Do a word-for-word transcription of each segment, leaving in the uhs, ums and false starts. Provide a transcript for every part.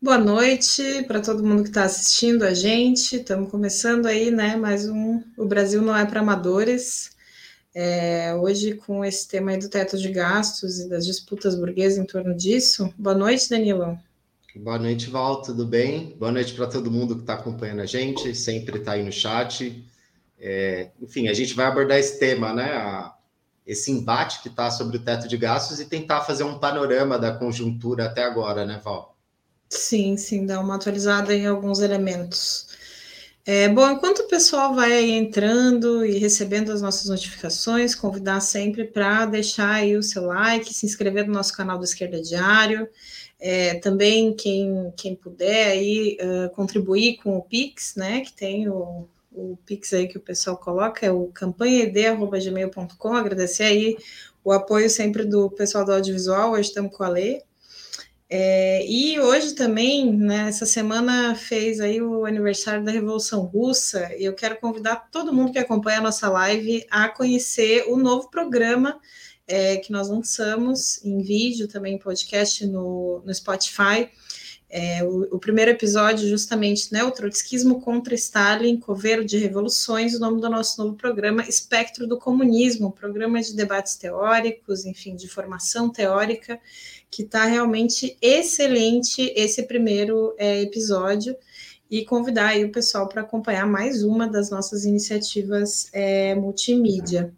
Boa noite para todo mundo que está assistindo a gente. Estamos começando aí, né? Mais um O Brasil Não É para Amadores. É, hoje, com esse tema aí do teto de gastos e das disputas burguesas em torno disso. Boa noite, Danilo. Boa noite, Val, tudo bem? Boa noite para todo mundo que está acompanhando a gente, sempre está aí no chat. É, enfim, a gente vai abordar esse tema, né? A, esse embate que está sobre o teto de gastos e tentar fazer um panorama da conjuntura até agora, né, Val? Sim, sim, dá uma atualizada em alguns elementos. É, bom, enquanto o pessoal vai aí entrando e recebendo as nossas notificações, convidar sempre para deixar aí o seu like, se inscrever no nosso canal do Esquerda Diário. É, também quem, quem puder aí uh, contribuir com o Pix, né? Que tem o, o Pix aí que o pessoal coloca, é o campanhaed arroba gmail ponto com. Agradecer aí o apoio sempre do pessoal do audiovisual, hoje estamos com a Lê. É, e hoje também, né, essa semana fez aí o aniversário da Revolução Russa, e eu quero convidar todo mundo que acompanha a nossa live a conhecer o novo programa é, que nós lançamos em vídeo, também em podcast no, no Spotify. É, o, o, primeiro episódio, justamente, né, o Trotskismo contra Stalin, Coveiro de Revoluções, o nome do nosso novo programa, Espectro do Comunismo, um programa de debates teóricos, enfim, de formação teórica, que está realmente excelente esse primeiro é, episódio, e convidar aí o pessoal para acompanhar mais uma das nossas iniciativas é, multimídia.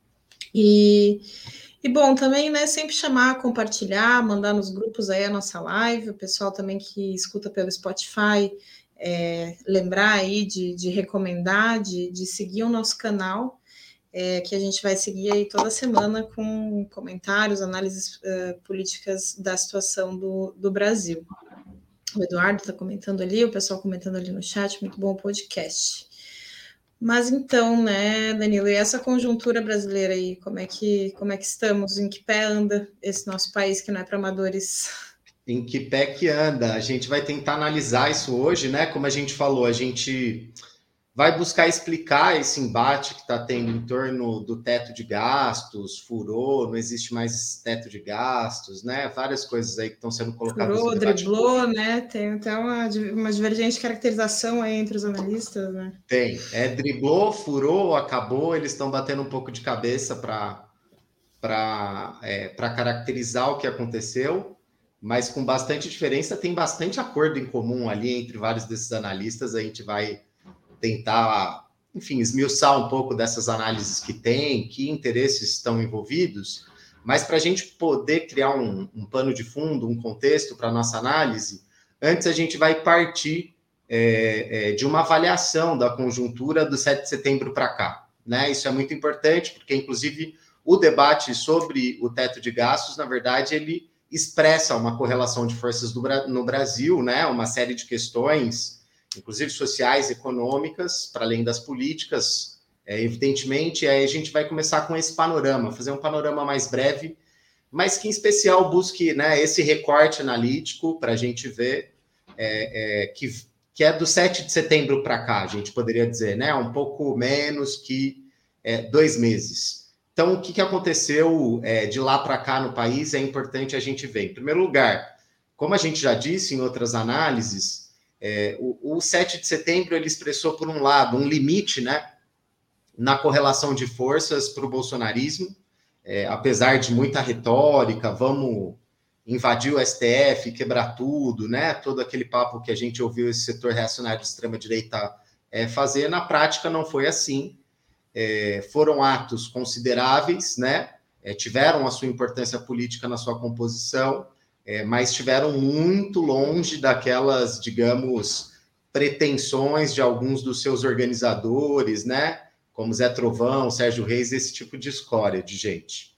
E e bom, também, né, sempre chamar, compartilhar, mandar nos grupos aí a nossa live, o pessoal também que escuta pelo Spotify, é, lembrar aí de, de recomendar, de, de seguir o nosso canal, é, que a gente vai seguir aí toda semana com comentários, análises uh, políticas da situação do, do Brasil. O Eduardo está comentando ali, o pessoal comentando ali no chat, muito bom o podcast. Mas então, né, Danilo, e essa conjuntura brasileira aí, como é que, como é que estamos? Em que pé anda esse nosso país que não é para amadores? Em que pé que anda? A gente vai tentar analisar isso hoje, né? Como a gente falou, a gente vai buscar explicar esse embate que está tendo em torno do teto de gastos, furou, não existe mais teto de gastos, né? Várias coisas aí que estão sendo colocadas no Furou, debate driblou, público. né? Tem até uma, uma divergente caracterização aí entre os analistas, né? Tem. É, driblou, furou, acabou, eles estão batendo um pouco de cabeça para para é, para caracterizar o que aconteceu, mas com bastante diferença, tem bastante acordo em comum ali entre vários desses analistas. A gente vai tentar, enfim, esmiuçar um pouco dessas análises que tem, que interesses estão envolvidos, mas para a gente poder criar um, um pano de fundo, um contexto para a nossa análise, antes a gente vai partir é, é, de uma avaliação da conjuntura do sete de setembro para cá. Né? Isso é muito importante, porque, inclusive, o debate sobre o teto de gastos, na verdade, ele expressa uma correlação de forças do, no Brasil, né? Uma série de questões, inclusive sociais, econômicas, para além das políticas, é, evidentemente. Aí a gente vai começar com esse panorama, fazer um panorama mais breve, mas que, em especial, busque, né, esse recorte analítico para a gente ver é, é, que, que é do sete de setembro para cá, a gente poderia dizer, né? Um pouco menos que é, dois meses. Então, o que, que aconteceu é, de lá para cá no país é importante a gente ver. Em primeiro lugar, como a gente já disse em outras análises, é, o, o sete de setembro ele expressou, por um lado, um limite, né, na correlação de forças para o bolsonarismo, é, apesar de muita retórica, vamos invadir o S T F, quebrar tudo, né? Todo aquele papo que a gente ouviu esse setor reacionário de extrema-direita é, fazer, na prática não foi assim. É, foram atos consideráveis, né? É, tiveram a sua importância política na sua composição, é, mas estiveram muito longe daquelas, digamos, pretensões de alguns dos seus organizadores, né? Como Zé Trovão, Sérgio Reis, esse tipo de escória de gente.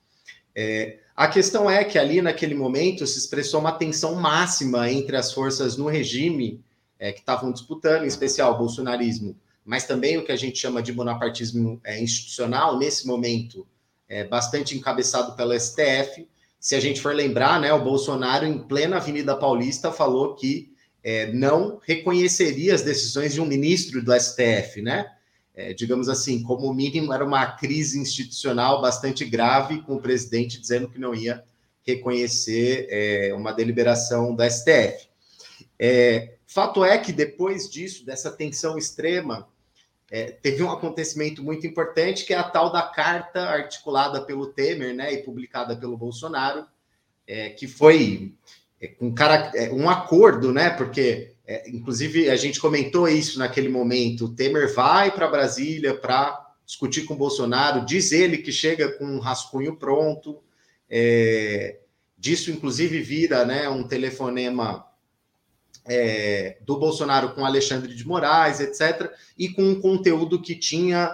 É, a questão é que ali, naquele momento, se expressou uma tensão máxima entre as forças no regime é, que estavam disputando, em especial o bolsonarismo, mas também o que a gente chama de bonapartismo é, institucional, nesse momento, é, bastante encabeçado pelo S T F. Se a gente for lembrar, né, o Bolsonaro, em plena Avenida Paulista, falou que é, não reconheceria as decisões de um ministro do S T F, né? É, digamos assim, como mínimo, era uma crise institucional bastante grave, com o presidente dizendo que não ia reconhecer é, uma deliberação do S T F. É, fato é que depois disso, dessa tensão extrema, é, teve um acontecimento muito importante, que é a tal da carta articulada pelo Temer, né, e publicada pelo Bolsonaro, é, que foi é, um, cara, é, um acordo, né, porque, é, inclusive, a gente comentou isso naquele momento, o Temer vai para Brasília para discutir com o Bolsonaro, diz ele que chega com um rascunho pronto, é, disso, inclusive, vira, né, um telefonema É, do Bolsonaro com Alexandre de Moraes, etcétera, e com um conteúdo que tinha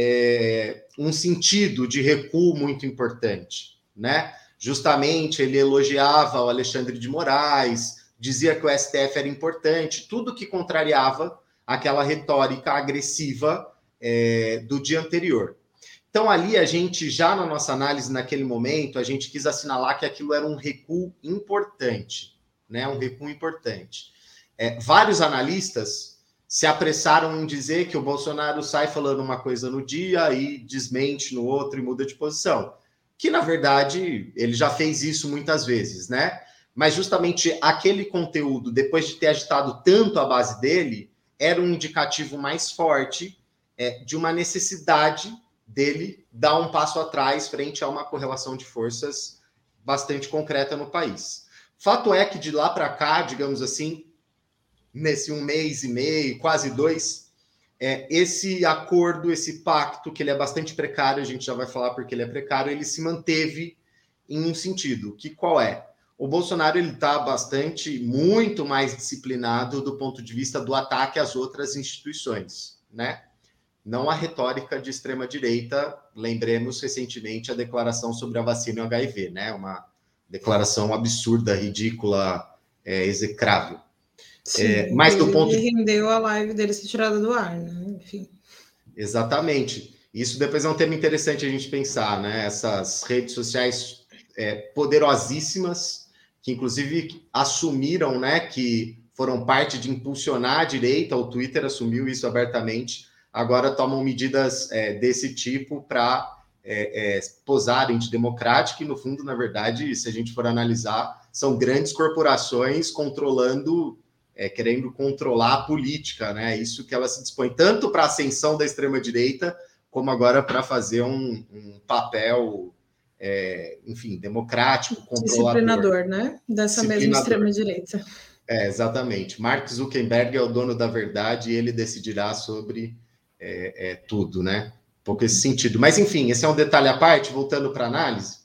é, um sentido de recuo muito importante, né? Justamente ele elogiava o Alexandre de Moraes, dizia que o S T F era importante, tudo que contrariava aquela retórica agressiva é, do dia anterior. Então, ali a gente, já na nossa análise, naquele momento, a gente quis assinalar que aquilo era um recuo importante, né? Um recuo importante. É, vários analistas se apressaram em dizer que o Bolsonaro sai falando uma coisa no dia e desmente no outro e muda de posição. Que, na verdade, ele já fez isso muitas vezes, né? Mas justamente aquele conteúdo, depois de ter agitado tanto a base dele, era um indicativo mais forte é, de uma necessidade dele dar um passo atrás frente a uma correlação de forças bastante concreta no país. Fato é que de lá para cá, digamos assim, nesse um mês e meio, quase dois, é, esse acordo, esse pacto, que ele é bastante precário, a gente já vai falar porque ele é precário, ele se manteve em um sentido, que qual é? O Bolsonaro ele está bastante, muito mais disciplinado do ponto de vista do ataque às outras instituições, né? Não a retórica de extrema-direita, lembremos recentemente a declaração sobre a vacina e o H I V, né? Uma declaração absurda, ridícula, é, execrável. Sim, é, mas do ponto de... rendeu a live dele ser tirada do ar, né? Enfim. Exatamente. Isso depois é um tema interessante a gente pensar, né? Essas redes sociais é, poderosíssimas, que inclusive assumiram, né, que foram parte de impulsionar a direita, o Twitter assumiu isso abertamente, agora tomam medidas é, desse tipo para é, é, posarem de democrática, e no fundo, na verdade, se a gente for analisar, são grandes corporações controlando, é, querendo controlar a política, né? Isso que ela se dispõe tanto para a ascensão da extrema-direita, como agora para fazer um, um papel, é, enfim, democrático, controlador. Disciplinador, né? Dessa mesma extrema-direita. É, exatamente. Mark Zuckerberg é o dono da verdade e ele decidirá sobre é, é, tudo, né? Um pouco esse sentido. Mas, enfim, esse é um detalhe à parte, voltando para a análise.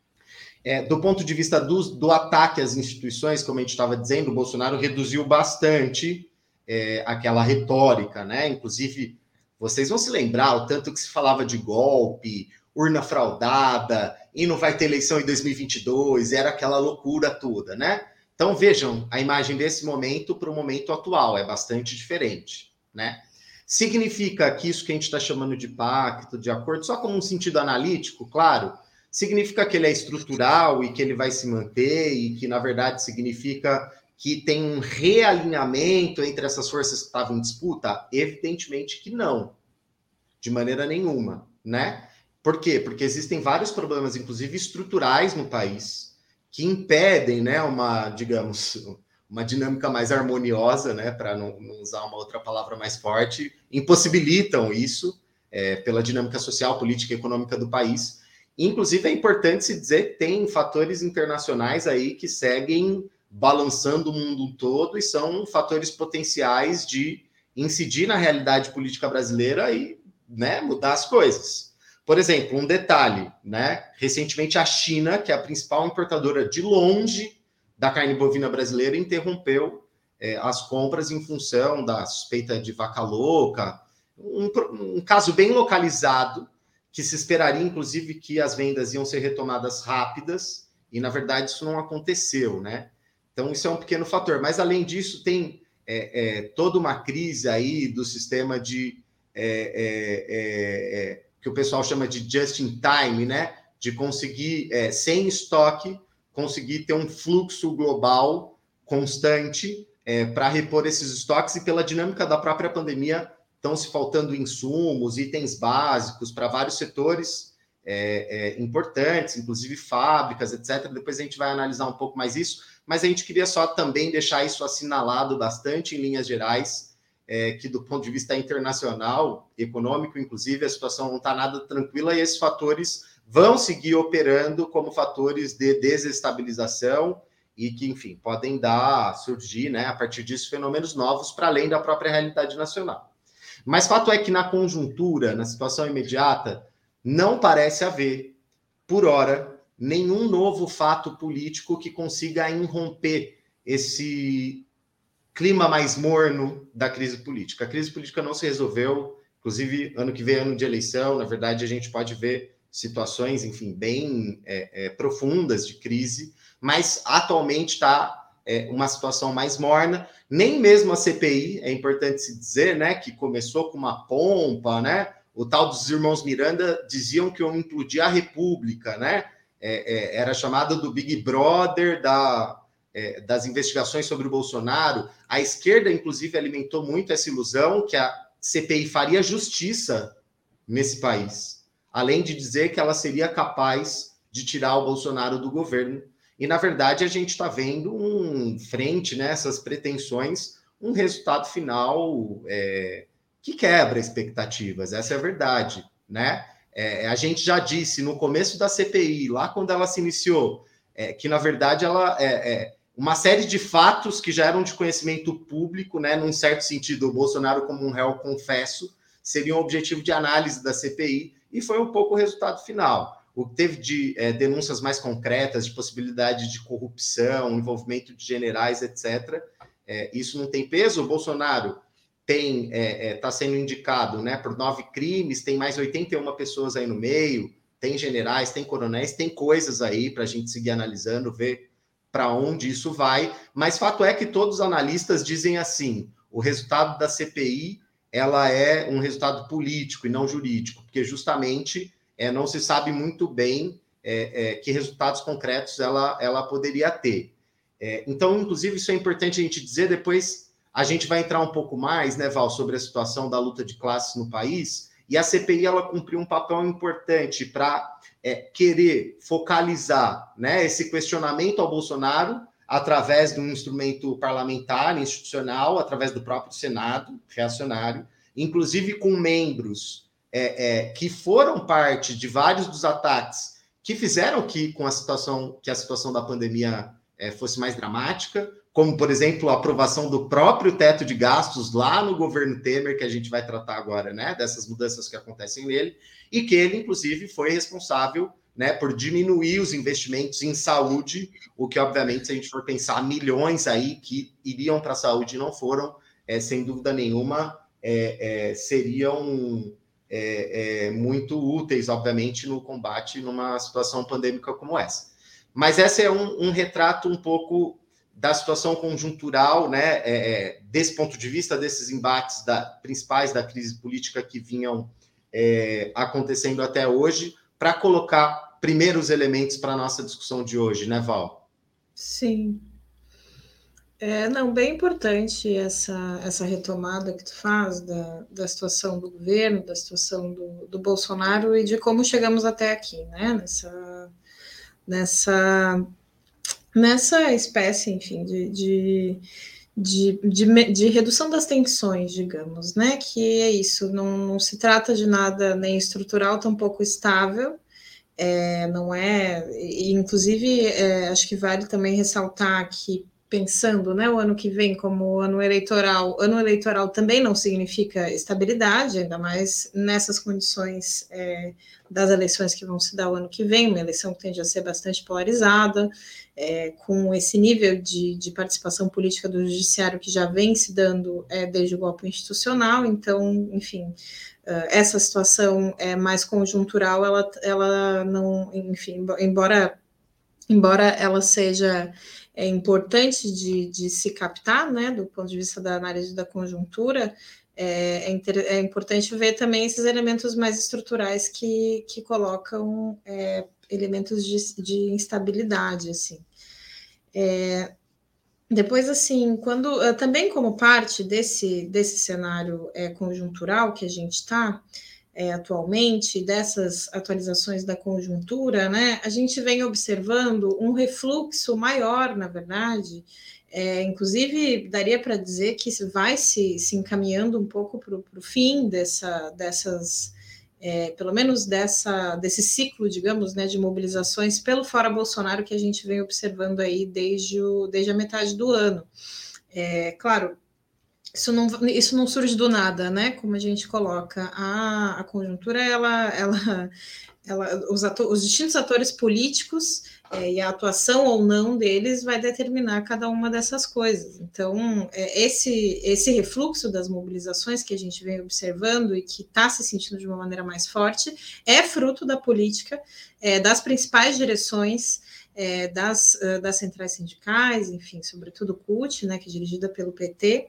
É, do ponto de vista do, do ataque às instituições, como a gente estava dizendo, o Bolsonaro reduziu bastante é, aquela retórica, né? Inclusive, vocês vão se lembrar o tanto que se falava de golpe, urna fraudada, e não vai ter eleição em dois mil e vinte e dois, era aquela loucura toda, né? Então, vejam a imagem desse momento para o momento atual, é bastante diferente, né? Significa que isso que a gente está chamando de pacto, de acordo, só como um sentido analítico, claro, significa que ele é estrutural e que ele vai se manter e que, na verdade, significa que tem um realinhamento entre essas forças que estavam em disputa? Evidentemente que não, de maneira nenhuma, né? Por quê? Porque existem vários problemas, inclusive estruturais no país, que impedem, né, uma, digamos, uma dinâmica mais harmoniosa, né, para não, não usar uma outra palavra mais forte, impossibilitam isso é, pela dinâmica social, política e econômica do país. Inclusive, é importante se dizer que tem fatores internacionais aí que seguem balançando o mundo todo e são fatores potenciais de incidir na realidade política brasileira e, né, mudar as coisas. Por exemplo, um detalhe, né? Recentemente a China, que é a principal importadora de longe da carne bovina brasileira, interrompeu é, as compras em função da suspeita de vaca louca, um, um caso bem localizado, que se esperaria, inclusive, que as vendas iam ser retomadas rápidas, e, na verdade, isso não aconteceu, né? Então, isso é um pequeno fator. Mas, além disso, tem é, é, toda uma crise aí do sistema de... É, é, é, que o pessoal chama de just in time, né? De conseguir, é, sem estoque, conseguir ter um fluxo global constante é, para repor esses estoques, e pela dinâmica da própria pandemia estão se faltando insumos, itens básicos para vários setores é, é, importantes, inclusive fábricas, etcétera. Depois a gente vai analisar um pouco mais isso, mas a gente queria só também deixar isso assinalado bastante em linhas gerais, é, que do ponto de vista internacional, econômico, inclusive, a situação não está nada tranquila e esses fatores vão seguir operando como fatores de desestabilização e que, enfim, podem dar, surgir, né, a partir disso, fenômenos novos para além da própria realidade nacional. Mas fato é que na conjuntura, na situação imediata, não parece haver, por hora, nenhum novo fato político que consiga irromper esse clima mais morno da crise política. A crise política não se resolveu, inclusive ano que vem, ano de eleição, na verdade a gente pode ver situações, enfim, bem é, é, profundas de crise, mas atualmente está é, uma situação mais morna. Nem mesmo a C P I, é importante se dizer, né, que começou com uma pompa, né, o tal dos irmãos Miranda diziam que iam implodir a República, né, é, é, era chamada do Big Brother da, é, das investigações sobre o Bolsonaro. A esquerda, inclusive, alimentou muito essa ilusão que a C P I faria justiça nesse país, além de dizer que ela seria capaz de tirar o Bolsonaro do governo. E, na verdade, a gente está vendo, um, frente nessas né, pretensões, um resultado final é, que quebra expectativas. Essa é a verdade, né? É, a gente já disse no começo da C P I, lá quando ela se iniciou, é, que, na verdade, ela é, é uma série de fatos que já eram de conhecimento público, né, num certo sentido, o Bolsonaro como um réu confesso, seria um objetivo de análise da C P I, e foi um pouco o resultado final. O que teve de é, denúncias mais concretas, de possibilidade de corrupção, envolvimento de generais, etcétera, é, isso não tem peso. O Bolsonaro tem está é, é, sendo indicado, né, por nove crimes, tem mais oitenta e uma pessoas aí no meio, tem generais, tem coronéis, tem coisas aí para a gente seguir analisando, ver para onde isso vai, mas fato é que todos os analistas dizem assim, o resultado da C P I ela é um resultado político e não jurídico, porque justamente é, não se sabe muito bem é, é, que resultados concretos ela, ela poderia ter. É, então, inclusive, isso é importante a gente dizer, depois a gente vai entrar um pouco mais, né, Val, sobre a situação da luta de classes no país, e a C P I ela cumpriu um papel importante para é, querer focalizar, né, esse questionamento ao Bolsonaro através de um instrumento parlamentar, institucional, através do próprio Senado reacionário, inclusive com membros é, é, que foram parte de vários dos ataques que fizeram que, com a situação, que a situação da pandemia é, fosse mais dramática, como, por exemplo, a aprovação do próprio teto de gastos lá no governo Temer, que a gente vai tratar agora, né, dessas mudanças que acontecem nele, e que ele, inclusive, foi responsável, né, por diminuir os investimentos em saúde, o que, obviamente, se a gente for pensar, milhões aí que iriam para a saúde e não foram, é, sem dúvida nenhuma, é, é, seriam é, é, muito úteis, obviamente, no combate numa situação pandêmica como essa. Mas esse é um, um retrato um pouco da situação conjuntural, né, é, desse ponto de vista, desses embates da, principais da crise política que vinham é, acontecendo até hoje, para colocar primeiros elementos para a nossa discussão de hoje, né, Val? Sim. É, não, bem importante essa, essa retomada que tu faz da, da situação do governo, da situação do, do Bolsonaro e de como chegamos até aqui, né, nessa, nessa, nessa espécie, enfim, de, de, de, de, de redução das tensões, digamos, né, que é isso, não, não se trata de nada nem estrutural, tampouco estável. É, não é, e, inclusive, é, acho que vale também ressaltar que, pensando, né, o ano que vem como ano eleitoral, ano eleitoral também não significa estabilidade, ainda mais nessas condições é, das eleições que vão se dar o ano que vem, uma eleição que tende a ser bastante polarizada, é, com esse nível de, de participação política do judiciário que já vem se dando é, desde o golpe institucional, então, enfim, essa situação é mais conjuntural, ela, ela não, enfim, embora, embora ela seja é, importante de, de se captar, né, do ponto de vista da análise da conjuntura, é, é, inter, é importante ver também esses elementos mais estruturais que, que colocam é, elementos de, de instabilidade, assim. É, Depois, assim, quando também como parte desse, desse cenário é, conjuntural que a gente está, é, atualmente, dessas atualizações da conjuntura, né, a gente vem observando um refluxo maior, na verdade, é, inclusive daria para dizer que vai se, se encaminhando um pouco para o fim dessa, dessas, é, pelo menos dessa, desse ciclo, digamos, né, de mobilizações pelo Fora Bolsonaro que a gente vem observando aí desde, o, desde a metade do ano. É, claro, isso não, isso não surge do nada, né? Como a gente coloca, a, a conjuntura, ela, ela, ela, os, ator, os distintos atores políticos é, e a atuação ou não deles vai determinar cada uma dessas coisas. Então, é, esse, esse refluxo das mobilizações que a gente vem observando e que está se sentindo de uma maneira mais forte é fruto da política é, das principais direções é, das, das centrais sindicais, enfim, sobretudo o C U T, né, que é dirigida pelo P T.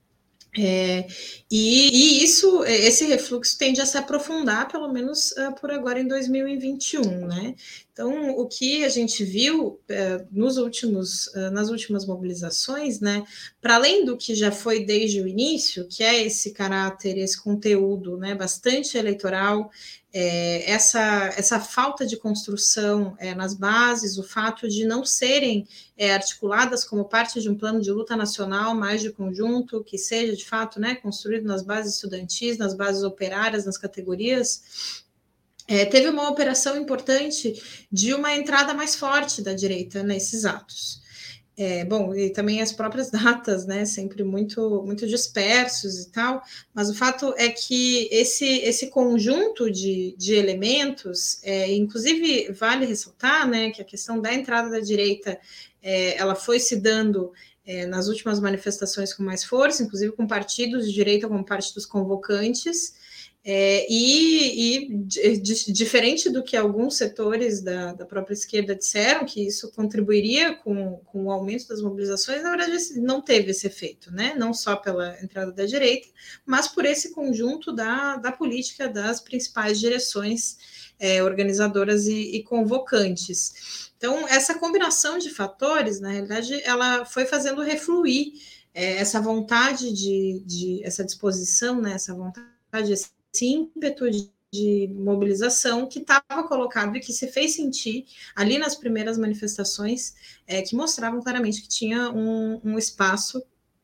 É, e, e isso, esse refluxo tende a se aprofundar, pelo menos uh, por agora em dois mil e vinte e um, né? Então, o que a gente viu uh, nos últimos, uh, nas últimas mobilizações, né? Para além do que já foi desde o início, que é esse caráter, esse conteúdo, né? Bastante eleitoral. É, essa, essa falta de construção é, nas bases, o fato de não serem é, articuladas como parte de um plano de luta nacional mais de conjunto, que seja de fato né, construído nas bases estudantis, nas bases operárias, nas categorias, é, teve uma operação importante de uma entrada mais forte da direita nesses atos. É, bom, e também as próprias datas, né, sempre muito, muito dispersos e tal, mas o fato é que esse, esse conjunto de, de elementos, é, inclusive vale ressaltar, né, que a questão da entrada da direita, é, ela foi se dando é, nas últimas manifestações com mais força, inclusive com partidos de direita como parte dos convocantes, É, e, e de, diferente do que alguns setores da, da própria esquerda disseram, que isso contribuiria com, com o aumento das mobilizações, na verdade não teve esse efeito, né? Não só pela entrada da direita, mas por esse conjunto da, da política das principais direções é, organizadoras e, e convocantes. Então, essa combinação de fatores, na realidade, ela foi fazendo refluir é, essa vontade de, de, essa disposição, né? Essa vontade, esse ímpeto de, de mobilização que estava colocado e que se fez sentir ali nas primeiras manifestações, é, que mostravam claramente que tinha um, um espaço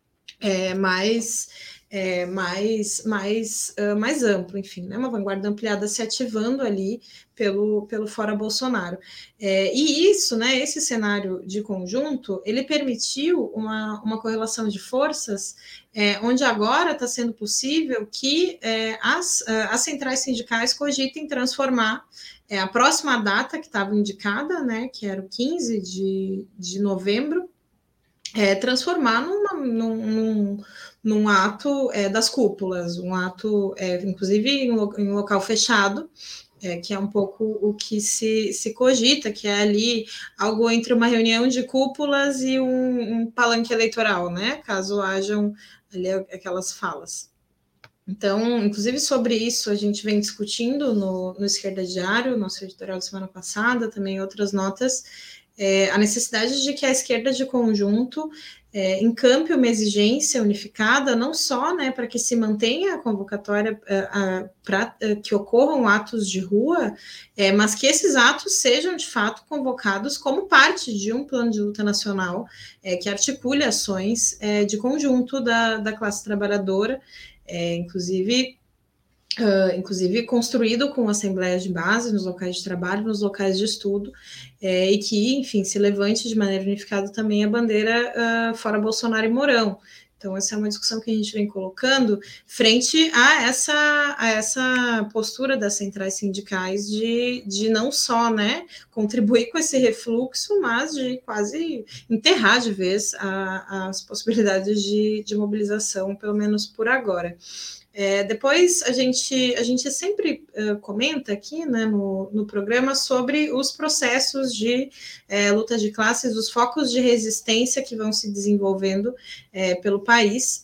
é, mais, é, mais, mais, uh, mais amplo, enfim, né, uma vanguarda ampliada se ativando ali pelo, pelo Fora Bolsonaro. É, e isso, né, esse cenário de conjunto, ele permitiu uma, uma correlação de forças é, onde agora está sendo possível que é, as, as centrais sindicais cogitem transformar é, a próxima data que estava indicada, né, que era o quinze de, de novembro, é, transformar numa, num, num, num ato é, das cúpulas, um ato, é, inclusive, em, em um local fechado, é, que é um pouco o que se, se cogita, que é ali algo entre uma reunião de cúpulas e um, um palanque eleitoral, né? Caso hajam ali aquelas falas. Então, inclusive sobre isso, a gente vem discutindo no, no Esquerda Diário, nosso editorial da semana passada, também outras notas, é, a necessidade de que a esquerda de conjunto é, encampe uma exigência unificada, não só né, para que se mantenha a convocatória para que ocorram atos de rua, é, mas que esses atos sejam, de fato, convocados como parte de um plano de luta nacional é, que articule ações é, de conjunto da, da classe trabalhadora, é, inclusive... Uh, inclusive construído com assembleias de base nos locais de trabalho, nos locais de estudo, é, e que, enfim, se levante de maneira unificada também a bandeira uh, fora Bolsonaro e Mourão. Então, essa é uma discussão que a gente vem colocando frente a essa, a essa postura das centrais sindicais de, de não só né, contribuir com esse refluxo, mas de quase enterrar de vez a, as possibilidades de, de mobilização, pelo menos por agora. É, depois a gente, a gente sempre uh, comenta aqui né, no, no programa sobre os processos de é, luta de classes, os focos de resistência que vão se desenvolvendo é, pelo país.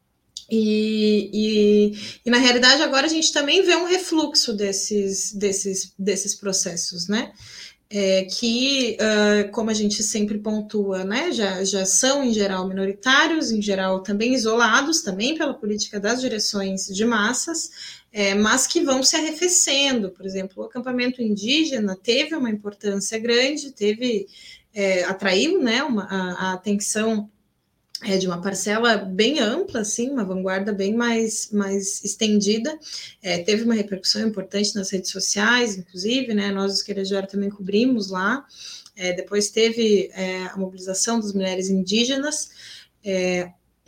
E, e, e, na realidade, agora a gente também vê um refluxo desses, desses, desses processos, né? é, que, uh, como a gente sempre pontua, né, já, já são, em geral, minoritários, em geral, também isolados, também pela política das direções de massas, é, mas que vão se arrefecendo. Por exemplo, o acampamento indígena teve uma importância grande, teve, é, atraiu, né, uma, a, a atenção é, de uma parcela bem ampla, assim, uma vanguarda bem mais, mais estendida, é, teve uma repercussão importante nas redes sociais, inclusive, né, nós, os Querejara, também cobrimos lá, é, depois teve é, a mobilização das mulheres indígenas, é,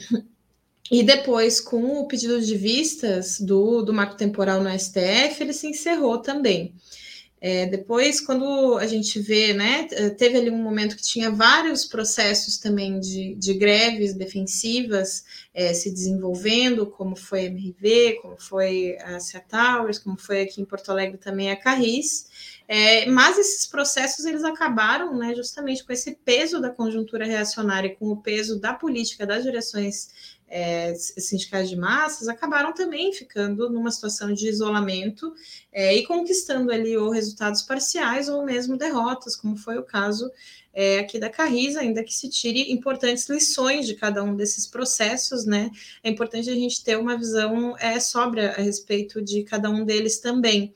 e depois, com o pedido de vistas do, do marco temporal no S T F, ele se encerrou também. É, depois, quando a gente vê, né, teve ali um momento que tinha vários processos também de, de greves defensivas é, se desenvolvendo, como foi a M R V, como foi a C A Towers, como foi aqui em Porto Alegre também a Carris, é, mas esses processos eles acabaram, né, justamente com esse peso da conjuntura reacionária e com o peso da política das direções É, sindicais de massas, acabaram também ficando numa situação de isolamento é, e conquistando ali ou resultados parciais ou mesmo derrotas, como foi o caso é, aqui da Carris, ainda que se tire importantes lições de cada um desses processos, né? É importante a gente ter uma visão é, sóbria a respeito de cada um deles também.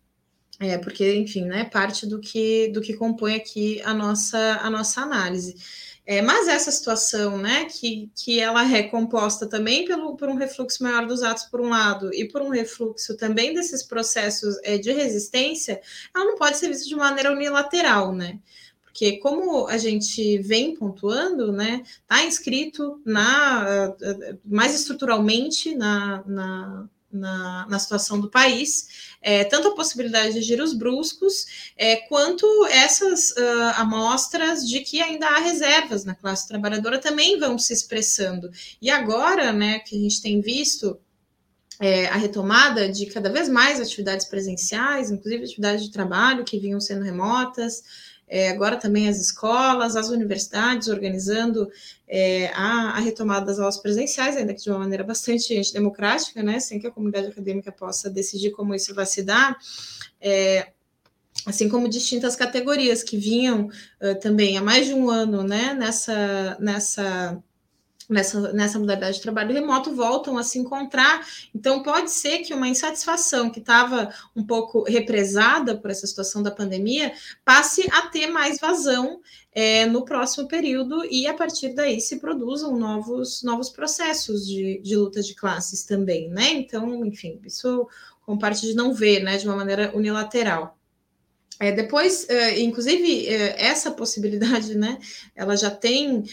É, porque, enfim, né, parte do que, do que compõe aqui a nossa, a nossa análise. É, mas essa situação, né, que, que ela é composta também pelo, por um refluxo maior dos atos, por um lado, e por um refluxo também desses processos é, de resistência, ela não pode ser vista de maneira unilateral, né? Porque, como a gente vem pontuando, né, está inscrito na, mais estruturalmente na, na, na, na situação do país, é, tanto a possibilidade de giros bruscos, é, quanto essas uh, amostras de que ainda há reservas na classe trabalhadora também vão se expressando. E agora, né, que a gente tem visto é, a retomada de cada vez mais atividades presenciais, inclusive atividades de trabalho que vinham sendo remotas, é, agora também as escolas, as universidades organizando é, a, a retomada das aulas presenciais, ainda que de uma maneira bastante antidemocrática, né, sem que a comunidade acadêmica possa decidir como isso vai se dar, é, assim como distintas categorias que vinham uh, também há mais de um ano, né, nessa, nessa Nessa, nessa modalidade de trabalho remoto, voltam a se encontrar. Então, pode ser que uma insatisfação que estava um pouco represada por essa situação da pandemia passe a ter mais vazão é, no próximo período e, a partir daí, se produzam novos, novos processos de, de luta de classes também, né? Então, enfim, isso com parte de não ver, né, de uma maneira unilateral. É, depois, uh, inclusive, uh, essa possibilidade, né, ela já tem uh,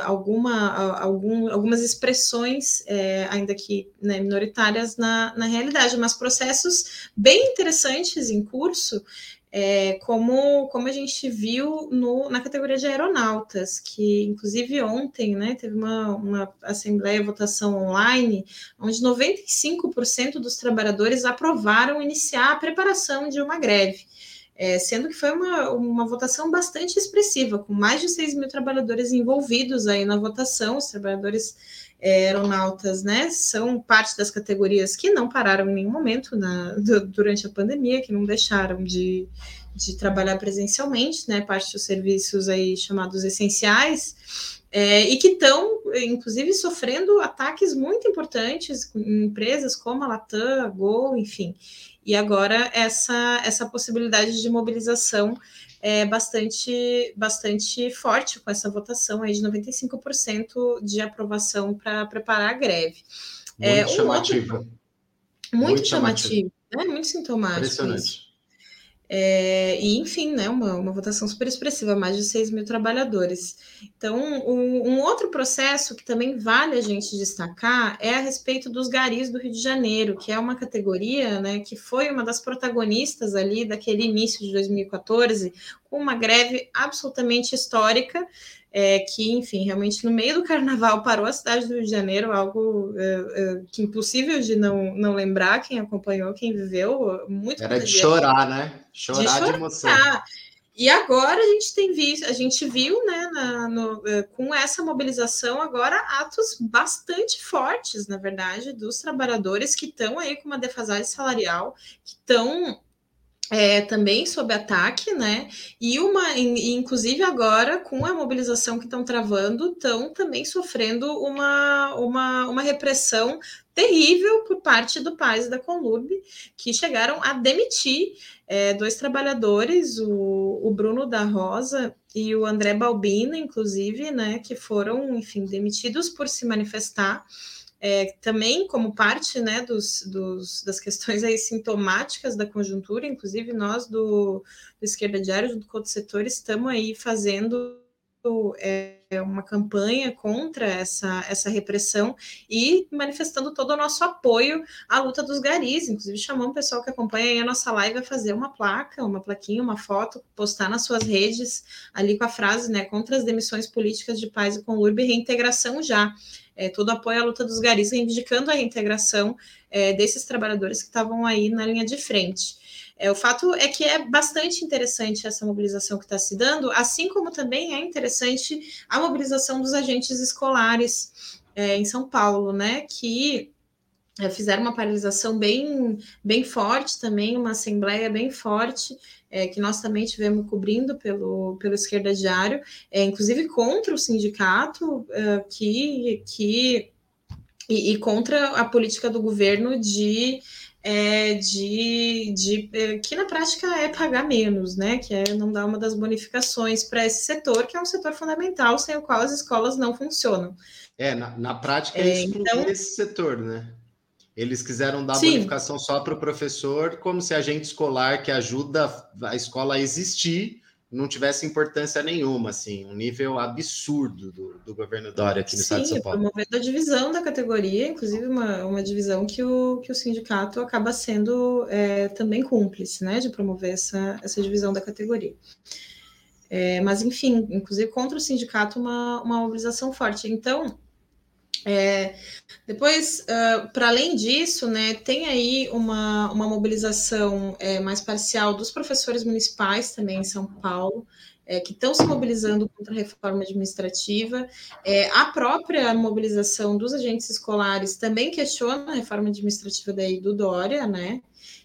alguma, uh, algum, algumas expressões, uh, ainda que né, minoritárias, na, na realidade, mas processos bem interessantes em curso, é, como, como a gente viu no, na categoria de aeronautas, que, inclusive, ontem, né, teve uma, uma assembleia, votação online, onde noventa e cinco por cento dos trabalhadores aprovaram iniciar a preparação de uma greve. É, sendo que foi uma, uma votação bastante expressiva, com mais de seis mil trabalhadores envolvidos aí na votação. Os trabalhadores é, aeronautas, né, são parte das categorias que não pararam em nenhum momento na, do, durante a pandemia, que não deixaram de, de trabalhar presencialmente, né, parte dos serviços aí chamados essenciais, é, e que estão, inclusive, sofrendo ataques muito importantes em empresas como a Latam, a Gol, enfim. E agora essa, essa possibilidade de mobilização é bastante, bastante forte com essa votação aí de noventa e cinco por cento de aprovação para preparar a greve. Muito é, um chamativo. Outro, muito, muito chamativo, chamativo, né? Muito sintomático isso. É, e, enfim, né, uma, uma votação super expressiva, mais de seis mil trabalhadores. Então, um, um outro processo que também vale a gente destacar é a respeito dos garis do Rio de Janeiro, que é uma categoria, né, que foi uma das protagonistas ali daquele início de dois mil e quatorze, com uma greve absolutamente histórica, é, que, enfim, realmente no meio do carnaval parou a cidade do Rio de Janeiro, algo é, é, que impossível de não, não lembrar, quem acompanhou, quem viveu. Muito Era de chorar, né? Chorar de, chorar de emoção. E agora a gente tem visto, a gente viu, né, na, no, com essa mobilização agora atos bastante fortes, na verdade, dos trabalhadores que estão aí com uma defasagem salarial, que estão É, também sob ataque, né? E uma, inclusive agora, com a mobilização que estão travando, estão também sofrendo uma, uma, uma repressão terrível por parte do Paz da Conlurb, que chegaram a demitir é, dois trabalhadores, o, o Bruno da Rosa e o André Balbina, inclusive, né? Que foram, enfim, demitidos por se manifestar. É, também como parte, né, dos, dos, das questões aí sintomáticas da conjuntura, inclusive nós do, do Esquerda Diário, junto com outros setores, estamos aí fazendo é, uma campanha contra essa, essa repressão e manifestando todo o nosso apoio à luta dos garis, inclusive chamamos o pessoal que acompanha aí a nossa live a fazer uma placa, uma plaquinha, uma foto, postar nas suas redes, ali com a frase, né, contra as demissões políticas de Paz e Conlurb, reintegração já. É, todo apoio à luta dos garis, reivindicando a reintegração é, desses trabalhadores que estavam aí na linha de frente. É, o fato é que é bastante interessante essa mobilização que está se dando, assim como também é interessante a mobilização dos agentes escolares é, em São Paulo, né, que fizeram uma paralisação bem, bem forte também, uma assembleia bem forte, é, que nós também tivemos cobrindo pelo, pelo Esquerda Diário, é, inclusive contra o sindicato, é, que, que e, e contra a política do governo de, é, de, de é, que na prática é pagar menos, né? Que é não dar uma das bonificações para esse setor, que é um setor fundamental, sem o qual as escolas não funcionam. É, na, na prática é excluir então, esse setor, né? Eles quiseram dar sim. bonificação só para o professor, como se a agente escolar que ajuda a escola a existir não tivesse importância nenhuma, assim, um nível absurdo do, do governo Dória aqui no sim, estado de São Paulo. Sim, promovendo a divisão da categoria, inclusive uma, uma divisão que o, que o sindicato acaba sendo é, também cúmplice, né, de promover essa, essa divisão da categoria. É, mas, enfim, inclusive contra o sindicato, uma, uma mobilização forte. Então, é, depois, uh, para além disso, né, tem aí uma, uma mobilização é, mais parcial dos professores municipais também em São Paulo, é, que estão se mobilizando contra a reforma administrativa. É, a própria mobilização dos agentes escolares também questiona a reforma administrativa daí do Dória, né?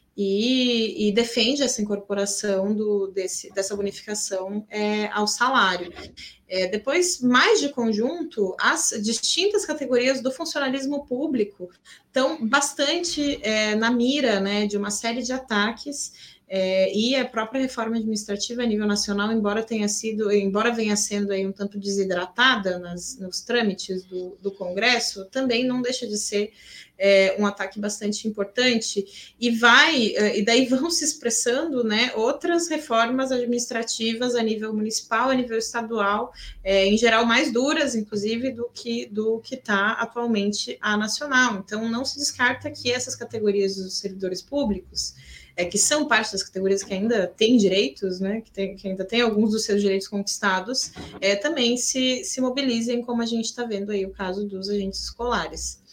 E, e, defende essa incorporação do, desse, dessa bonificação é, ao salário. É, depois, mais de conjunto, as distintas categorias do funcionalismo público estão bastante é, na mira, né, de uma série de ataques, é, e a própria reforma administrativa a nível nacional, embora tenha sido, embora venha sendo aí um tanto desidratada nas, nos trâmites do, do Congresso, também não deixa de ser é, um ataque bastante importante, e vai, e daí vão se expressando, né, outras reformas administrativas a nível municipal, a nível estadual, é, em geral mais duras, inclusive, do que do que está atualmente a nacional. Então, não se descarta que essas categorias dos servidores públicos, é, que são parte das categorias que ainda têm direitos, né, que, tem, que ainda têm alguns dos seus direitos conquistados, é, também se, se mobilizem, como a gente está vendo aí o caso dos agentes escolares.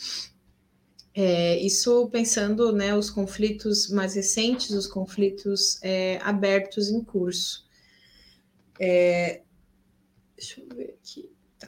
É, isso pensando, né, os conflitos mais recentes, os conflitos é, abertos em curso. É, deixa eu ver aqui. Tá.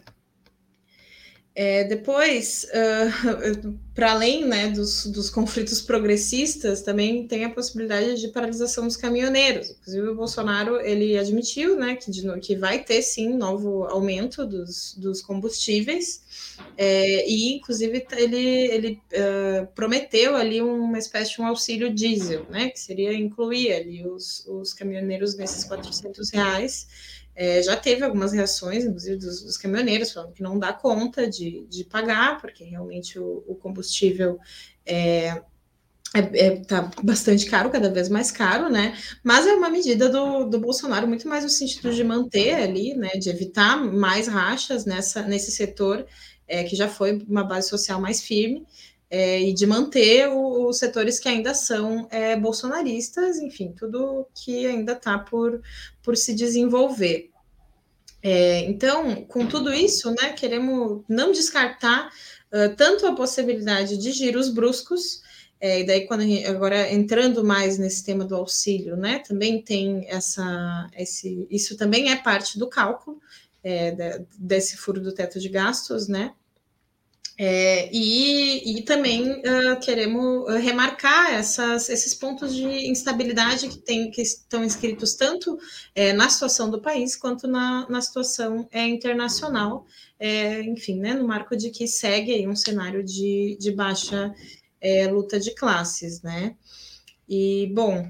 É, depois, uh, para além, né, dos, dos conflitos progressistas, também tem a possibilidade de paralisação dos caminhoneiros. Inclusive, o Bolsonaro ele admitiu, né, que, de, que vai ter sim novo aumento dos, dos combustíveis. É, e, inclusive, ele, ele uh, prometeu ali uma espécie de um auxílio diesel, né, que seria incluir ali os, os caminhoneiros nesses quatrocentos reais. É, já teve algumas reações, inclusive dos, dos caminhoneiros, falando que não dá conta de, de pagar, porque realmente o, o combustível é, é, é, tá bastante caro, cada vez mais caro, né? Mas é uma medida do, do Bolsonaro muito mais no sentido de manter ali, né? De evitar mais rachas nessa, nesse setor, é, que já foi uma base social mais firme, é, e de manter o, os setores que ainda são é, bolsonaristas, enfim, tudo que ainda está por, por se desenvolver. É, então, com tudo isso, né, queremos não descartar uh, tanto a possibilidade de giros bruscos, é, e daí quando gente, agora entrando mais nesse tema do auxílio, né, também tem essa, esse, isso também é parte do cálculo é, de, desse furo do teto de gastos, né, É, e, e também uh, queremos remarcar essas, esses pontos de instabilidade que, tem, que estão inscritos tanto é, na situação do país quanto na, na situação é, internacional, é, enfim, né, no marco de que segue aí um cenário de, de baixa é, luta de classes, né? E, bom,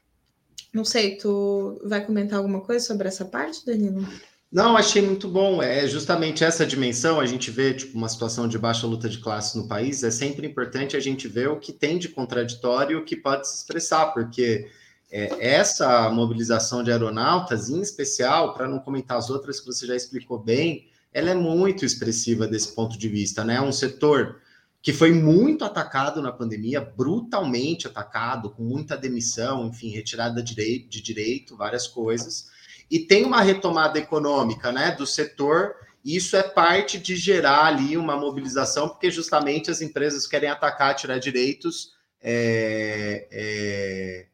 não sei, tu vai comentar alguma coisa sobre essa parte, Danilo? Não, achei muito bom. É justamente essa dimensão, a gente vê tipo, uma situação de baixa luta de classe no país, é sempre importante a gente ver o que tem de contraditório que pode se expressar, porque é, essa mobilização de aeronautas, em especial, para não comentar as outras que você já explicou bem, ela é muito expressiva desse ponto de vista, né? Um setor que foi muito atacado na pandemia, brutalmente atacado, com muita demissão, enfim, retirada de direito, de direito várias coisas, e tem uma retomada econômica, né, do setor, e isso é parte de gerar ali uma mobilização, porque justamente as empresas querem atacar, tirar direitos, é, é,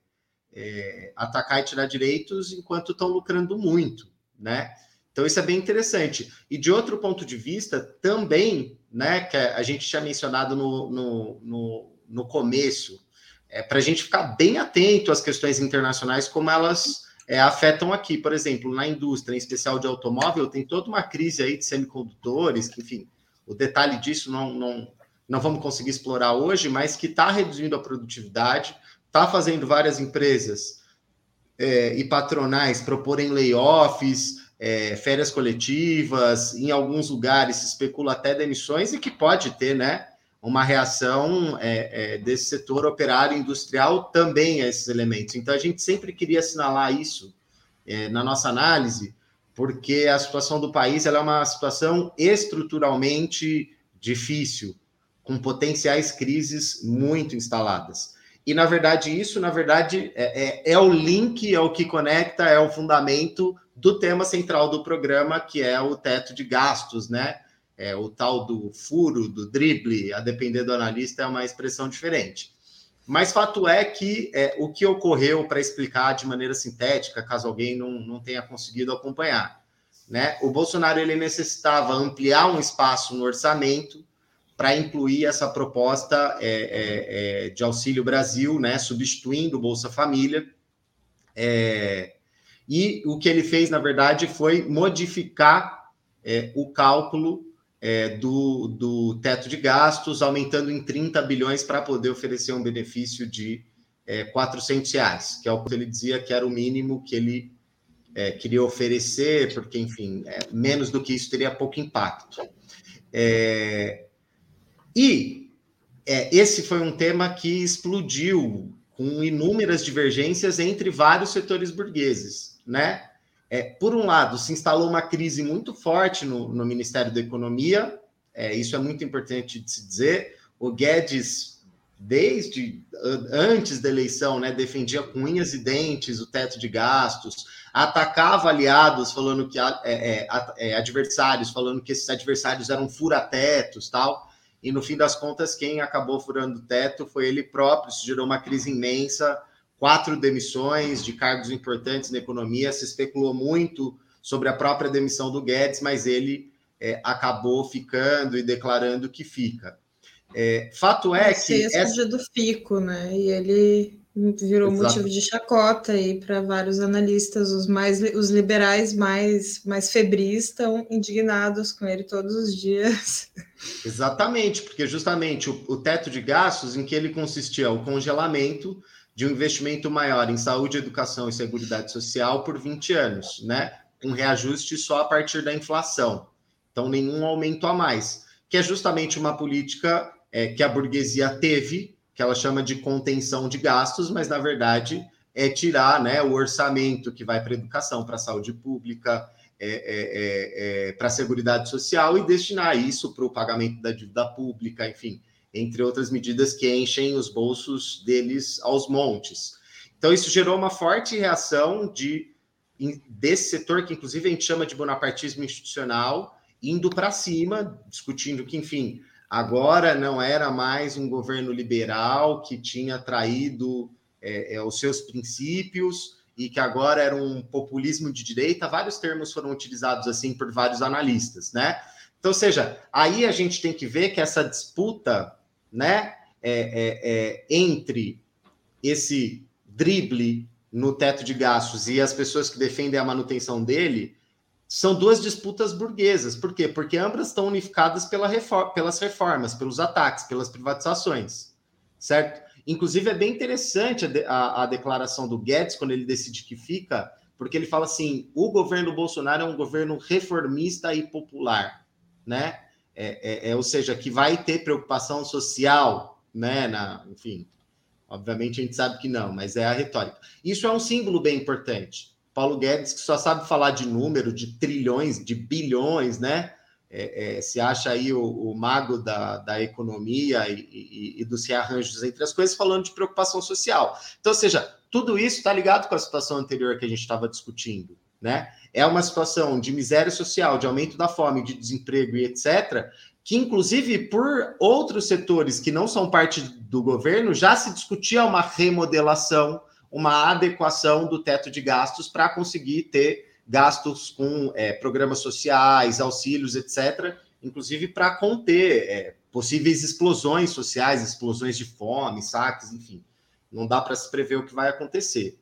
é, atacar e tirar direitos enquanto estão lucrando muito, né? Então isso é bem interessante. E de outro ponto de vista, também, né, que a gente tinha mencionado no, no, no, no começo, é, para a gente ficar bem atento às questões internacionais, como elas é, afetam aqui. Por exemplo, na indústria, em especial de automóvel, tem toda uma crise aí de semicondutores, que, enfim, o detalhe disso não, não, não vamos conseguir explorar hoje, mas que está reduzindo a produtividade, está fazendo várias empresas é, e patronais proporem layoffs, é, férias coletivas, em alguns lugares se especula até demissões, e que pode ter, né, uma reação é, é, desse setor operário industrial também a esses elementos. Então, a gente sempre queria assinalar isso é, na nossa análise, porque a situação do país ela é uma situação estruturalmente difícil, com potenciais crises muito instaladas. E, na verdade, isso, na verdade, é, é, é o link, é o que conecta, é o fundamento do tema central do programa, que é o teto de gastos, né? É, o tal do furo, do drible, a depender do analista, é uma expressão diferente. Mas fato é que é, o que ocorreu, para explicar de maneira sintética, caso alguém não, não tenha conseguido acompanhar, né? O Bolsonaro ele necessitava ampliar um espaço no orçamento para incluir essa proposta é, é, é, de Auxílio Brasil, né, substituindo o Bolsa Família. É, e o que ele fez, na verdade, foi modificar é, o cálculo é, do, do teto de gastos, aumentando em trinta bilhões para poder oferecer um benefício de é, quatrocentos reais, que é o que ele dizia que era o mínimo que ele é, queria oferecer, porque, enfim, é, menos do que isso teria pouco impacto. É, e é, esse foi um tema que explodiu com inúmeras divergências entre vários setores burgueses, né? É, por um lado, se instalou uma crise muito forte no, no Ministério da Economia, é, isso é muito importante de se dizer. O Guedes, desde antes da eleição, né, defendia com unhas e dentes o teto de gastos, atacava aliados, falando que é, é, adversários, falando que esses adversários eram fura-tetos, tal. E no fim das contas, quem acabou furando o teto foi ele próprio. Isso gerou uma crise imensa, quatro demissões de cargos importantes na economia. Se especulou muito sobre a própria demissão do Guedes, mas ele é, acabou ficando e declarando que fica. É, fato é, é que... Essa... do Fico, né? E ele virou Exato. motivo de chacota aí para vários analistas, os mais os liberais mais mais febris estão indignados com ele todos os dias. Exatamente, porque justamente o, o teto de gastos em que ele consistia o congelamento de um investimento maior em saúde, educação e seguridade social por vinte anos, né? Um reajuste só a partir da inflação. Então, nenhum aumento a mais, que é justamente uma política é, que a burguesia teve, que ela chama de contenção de gastos, mas, na verdade, é tirar, né, o orçamento que vai para a educação, para a saúde pública, é, é, é, para a Seguridade Social e destinar isso para o pagamento da dívida pública, enfim, entre outras medidas que enchem os bolsos deles aos montes. Então, isso gerou uma forte reação de, desse setor, que inclusive a gente chama de bonapartismo institucional, indo para cima, discutindo que, enfim, agora não era mais um governo liberal que tinha traído é, é, os seus princípios e que agora era um populismo de direita. Vários termos foram utilizados assim por vários analistas, né? Então, ou seja, aí a gente tem que ver que essa disputa, né, é, é, é, entre esse drible no teto de gastos e as pessoas que defendem a manutenção dele, são duas disputas burguesas. Por quê? Porque ambas estão unificadas pela reforma, pelas reformas, pelos ataques, pelas privatizações, certo? Inclusive, é bem interessante a, a, a declaração do Guedes, quando ele decide que fica, porque ele fala assim, o governo Bolsonaro é um governo reformista e popular, né? É, é, é, ou seja, que vai ter preocupação social, né? Na, enfim, obviamente a gente sabe que não, mas é a retórica. Isso é um símbolo bem importante. Paulo Guedes, que só sabe falar de número, de trilhões, de bilhões, né? É, é, se acha aí o, o mago da, da economia e, e, e dos rearranjos entre as coisas, falando de preocupação social. Então, ou seja, tudo isso está ligado com a situação anterior que a gente estava discutindo, né? É uma situação de miséria social, de aumento da fome, de desemprego e etcétera, que, inclusive, por outros setores que não são parte do governo, já se discutia uma remodelação, uma adequação do teto de gastos para conseguir ter gastos com é, programas sociais, auxílios, etcétera, inclusive para conter é, possíveis explosões sociais, explosões de fome, saques, enfim. Não dá para se prever o que vai acontecer.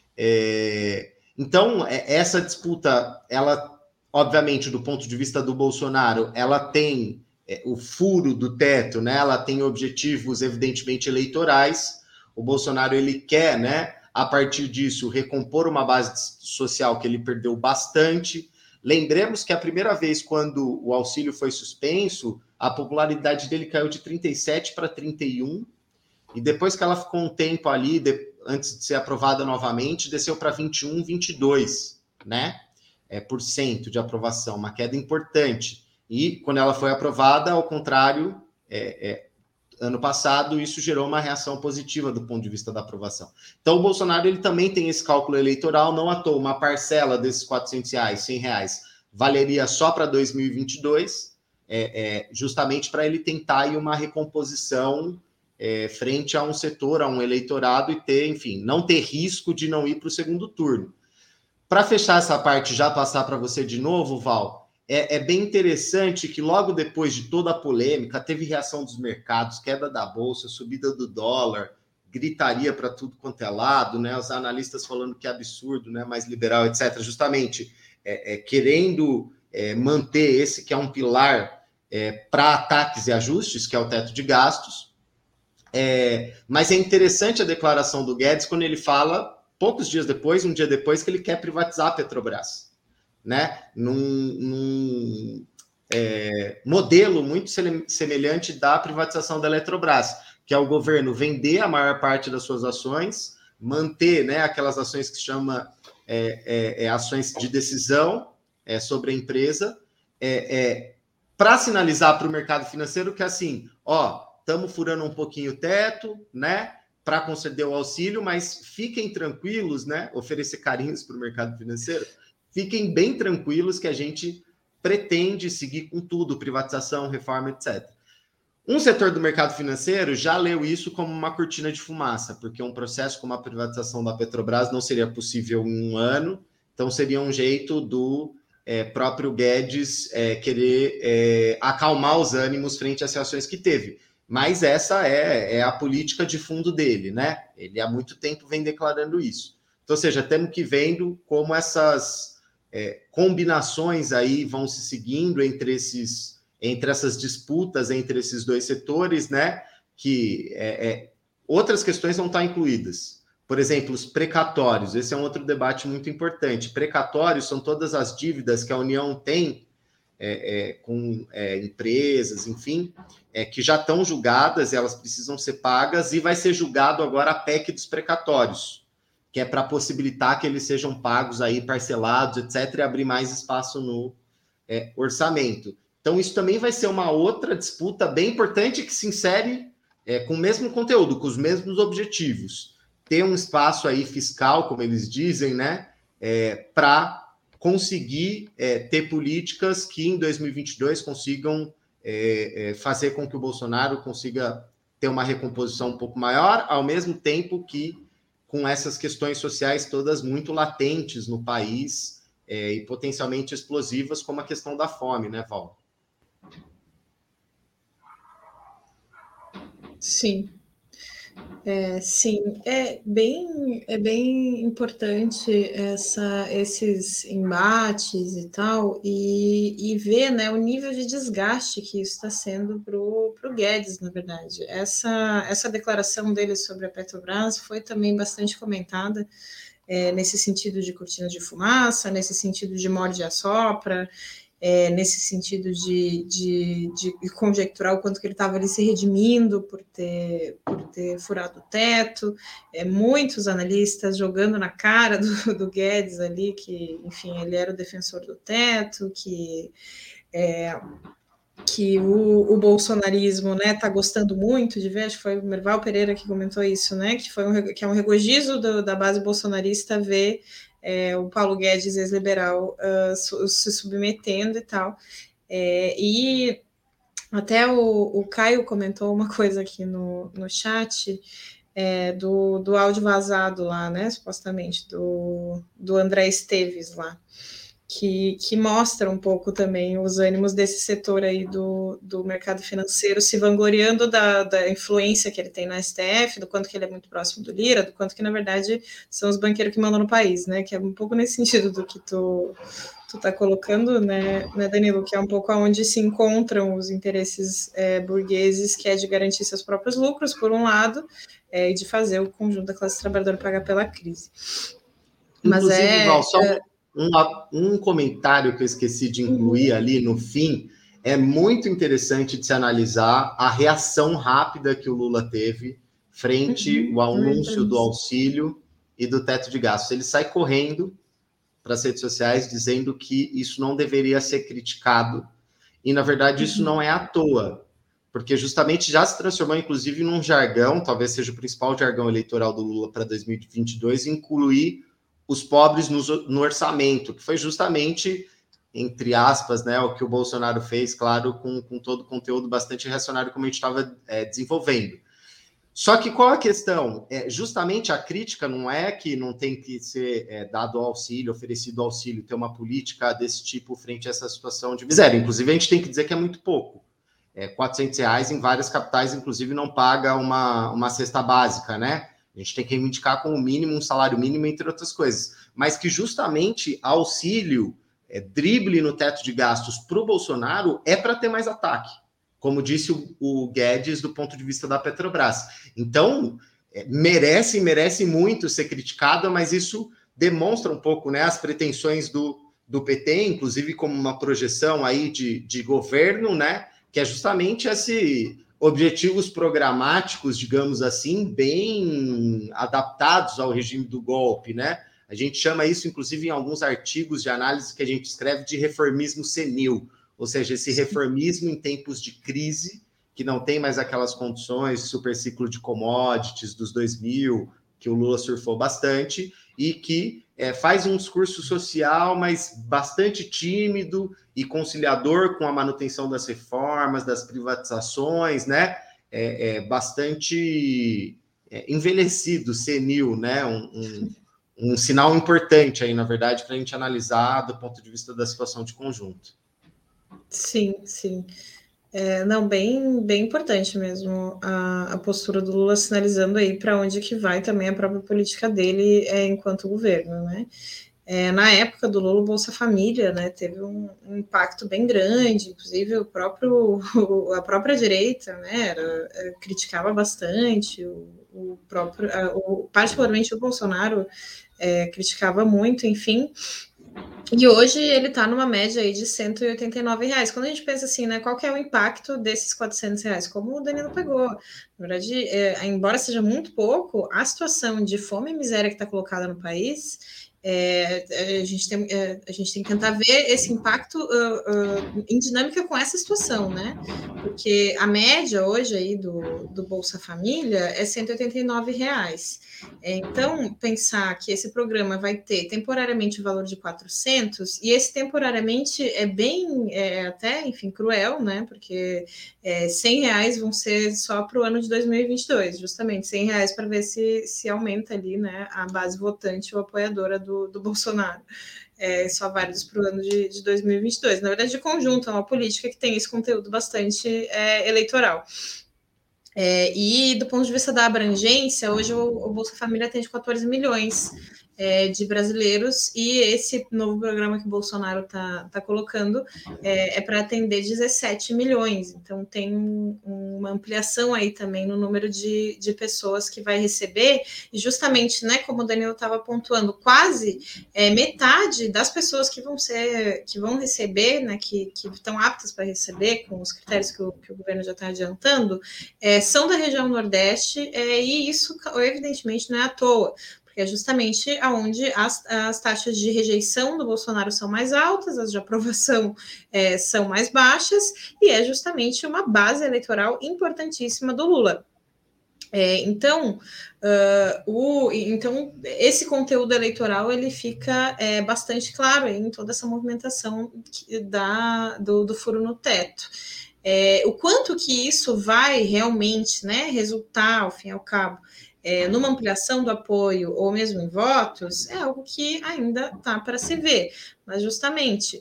É, então, é, essa disputa, ela, obviamente, do ponto de vista do Bolsonaro, ela tem é, o furo do teto, né? Ela tem objetivos, evidentemente, eleitorais. O Bolsonaro, ele quer, né, a partir disso, recompor uma base social que ele perdeu bastante. Lembremos que a primeira vez, quando o auxílio foi suspenso, a popularidade dele caiu de trinta e sete para trinta e um, e depois que ela ficou um tempo ali, de, antes de ser aprovada novamente, desceu para vinte e um, vinte e dois, né? É, por cento de aprovação, uma queda importante. E quando ela foi aprovada, ao contrário, é, é, ano passado, isso gerou uma reação positiva do ponto de vista da aprovação. Então, o Bolsonaro, ele também tem esse cálculo eleitoral, não à toa, uma parcela desses quatrocentos reais, cem reais, valeria só para dois mil e vinte e dois, é, é, justamente para ele tentar aí uma recomposição é, frente a um setor, a um eleitorado e ter, enfim, não ter risco de não ir para o segundo turno. Para fechar essa parte, já passar para você de novo, Val, É, é bem interessante que logo depois de toda a polêmica, teve reação dos mercados, queda da bolsa, subida do dólar, gritaria para tudo quanto é lado, né? Os analistas falando que é absurdo, né? Mais liberal, etcétera. Justamente é, é, querendo é, manter esse que é um pilar é, para ataques e ajustes, que é o teto de gastos. É, mas é interessante a declaração do Guedes quando ele fala, poucos dias depois, um dia depois, que ele quer privatizar a Petrobras, né, num, num é, modelo muito semelhante da privatização da Eletrobras, que é o governo vender a maior parte das suas ações, manter, né, aquelas ações que se chama é, é, é, ações de decisão é, sobre a empresa, é, é, para sinalizar para o mercado financeiro que assim, ó, estamos furando um pouquinho o teto, né, para conceder o auxílio, mas fiquem tranquilos, né, oferecer carinhos para o mercado financeiro. Fiquem bem tranquilos que a gente pretende seguir com tudo, privatização, reforma, etcétera. Um setor do mercado financeiro já leu isso como uma cortina de fumaça, porque um processo como a privatização da Petrobras não seria possível em um ano, então seria um jeito do é, próprio Guedes é, querer é, acalmar os ânimos frente às reações que teve. Mas essa é, é a política de fundo dele, né? Ele há muito tempo vem declarando isso. Então, ou seja, temos que vendo como essas É, combinações aí vão se seguindo entre esses, entre essas disputas entre esses dois setores, né? Que é, é, outras questões não estão incluídas. Por exemplo, os precatórios. Esse é um outro debate muito importante. Precatórios são todas as dívidas que a União tem é, é, com é, empresas, enfim, é, que já estão julgadas, elas precisam ser pagas e vai ser julgado agora a P E C dos precatórios, que é para possibilitar que eles sejam pagos aí, parcelados, etcétera, e abrir mais espaço no é, orçamento. Então, isso também vai ser uma outra disputa bem importante que se insere é, com o mesmo conteúdo, com os mesmos objetivos. Ter um espaço aí fiscal, como eles dizem, né, é, para conseguir é, ter políticas que em dois mil e vinte e dois consigam é, é, fazer com que o Bolsonaro consiga ter uma recomposição um pouco maior, ao mesmo tempo que com essas questões sociais todas muito latentes no país é, e potencialmente explosivas, como a questão da fome, né, Val? Sim. É, sim, é bem, é bem importante essa, esses embates e tal, e, e ver, né, o nível de desgaste que isso está sendo para o Guedes, na verdade. Essa, essa declaração dele sobre a Petrobras foi também bastante comentada, é, nesse sentido de cortina de fumaça, nesse sentido de morde e assopra, é, nesse sentido de, de, de conjecturar o quanto que ele estava ali se redimindo por ter, por ter furado o teto, é, muitos analistas jogando na cara do, do Guedes ali, que, enfim, ele era o defensor do teto, que... É, que o, o bolsonarismo, né, está gostando muito de ver, acho que foi o Merval Pereira que comentou isso, né, que, foi um, que é um regozijo do, da base bolsonarista ver é, o Paulo Guedes, ex-liberal, uh, se submetendo e tal. É, e até o, o Caio comentou uma coisa aqui no, no chat, é, do, do áudio vazado lá, né, supostamente, do, do André Esteves lá. Que, que mostra um pouco também os ânimos desse setor aí do, do mercado financeiro, se vangloriando da, da influência que ele tem na S T F, do quanto que ele é muito próximo do Lira, do quanto que, na verdade, são os banqueiros que mandam no país, né? Que é um pouco nesse sentido do que tu, tu tá colocando, né, né, Danilo? Que é um pouco onde se encontram os interesses é, burgueses, que é de garantir seus próprios lucros, por um lado, é, e de fazer o conjunto da classe trabalhadora pagar pela crise. Mas Inclusive, é... Val, só é... Um, um comentário que eu esqueci de incluir uhum. ali no fim, é muito interessante de se analisar a reação rápida que o Lula teve frente uhum. ao anúncio uhum. do auxílio e do teto de gastos. Ele sai correndo para as redes sociais dizendo que isso não deveria ser criticado, e na verdade uhum. isso não é à toa, porque justamente já se transformou inclusive num jargão, talvez seja o principal jargão eleitoral do Lula para dois mil e vinte e dois, incluir os pobres no, no orçamento, que foi justamente, entre aspas, né, o que o Bolsonaro fez, claro, com, com todo o conteúdo bastante reacionário como a gente estava é, desenvolvendo. Só que qual a questão? É, justamente a crítica não é que não tem que ser é, dado auxílio, oferecido auxílio, ter uma política desse tipo frente a essa situação de miséria. Inclusive, a gente tem que dizer que é muito pouco. É, quatrocentos reais em várias capitais, inclusive, não paga uma, uma cesta básica, né? A gente tem que reivindicar como mínimo um salário mínimo, entre outras coisas. Mas que justamente auxílio, é, drible no teto de gastos para o Bolsonaro é para ter mais ataque. Como disse o, o Guedes do ponto de vista da Petrobras. Então, é, merece, merece muito ser criticada, mas isso demonstra um pouco, né, as pretensões do, do P T, inclusive como uma projeção aí de, de governo, né, que é justamente esse... objetivos programáticos, digamos assim, bem adaptados ao regime do golpe, né? A gente chama isso, inclusive, em alguns artigos de análise que a gente escreve de reformismo senil, ou seja, esse reformismo em tempos de crise, que não tem mais aquelas condições, super ciclo de commodities dos dois mil, que o Lula surfou bastante, e que é, faz um discurso social, mas bastante tímido e conciliador com a manutenção das reformas, das privatizações, né? É, é bastante é, envelhecido, senil, né? Um, um, um sinal importante aí, na verdade, para a gente analisar do ponto de vista da situação de conjunto. Sim, sim. É, não, bem, bem importante mesmo a, a postura do Lula sinalizando aí para onde que vai também a própria política dele é, enquanto governo, né? É, na época do Lula, o Bolsa Família, né, teve um, um impacto bem grande, inclusive o próprio, a própria direita, né, era, criticava bastante, o, o próprio, o, particularmente o Bolsonaro é, criticava muito, enfim. E hoje ele está numa média aí de cento e oitenta e nove reais. Quando a gente pensa assim, né, qual que é o impacto desses quatrocentos reais? Como o Danilo pegou. Na verdade, é, embora seja muito pouco, a situação de fome e miséria que está colocada no país, é, a, gente tem, é, a gente tem que tentar ver esse impacto uh, uh, em dinâmica com essa situação, né? Porque a média hoje aí do, do Bolsa Família é cento e oitenta e nove reais. Então, pensar que esse programa vai ter temporariamente o valor de quatrocentos investimentos, e esse temporariamente é bem, é, até, enfim, cruel, né? Porque é, cem reais vão ser só para o ano de dois mil e vinte e dois, justamente cem reais para ver se, se aumenta ali, né, a base votante ou apoiadora do, do Bolsonaro. É, só válidos para o ano de, de dois mil e vinte e dois. Na verdade, de conjunto, é uma política que tem esse conteúdo bastante é, eleitoral. É, e do ponto de vista da abrangência, hoje o, o Bolsa Família atende quatorze milhões é, de brasileiros, e esse novo programa que o Bolsonaro está tá colocando é, é para atender dezessete milhões. Então tem um, uma ampliação aí também no número de, de pessoas que vai receber, e justamente, né, como o Danilo estava pontuando, quase é, metade das pessoas que vão ser, que vão receber, né, que, que estão aptas para receber, com os critérios que o, que o governo já está adiantando, é, são da região Nordeste, é, e isso, evidentemente, não é à toa, porque é justamente onde as, as taxas de rejeição do Bolsonaro são mais altas, as de aprovação é, são mais baixas, e é justamente uma base eleitoral importantíssima do Lula. É, então, uh, o, então, esse conteúdo eleitoral ele fica é, bastante claro em toda essa movimentação da, do, do furo no teto. É, o quanto que isso vai realmente, né, resultar, ao fim e ao cabo, é, numa ampliação do apoio ou mesmo em votos, é algo que ainda está para se ver. Mas, justamente,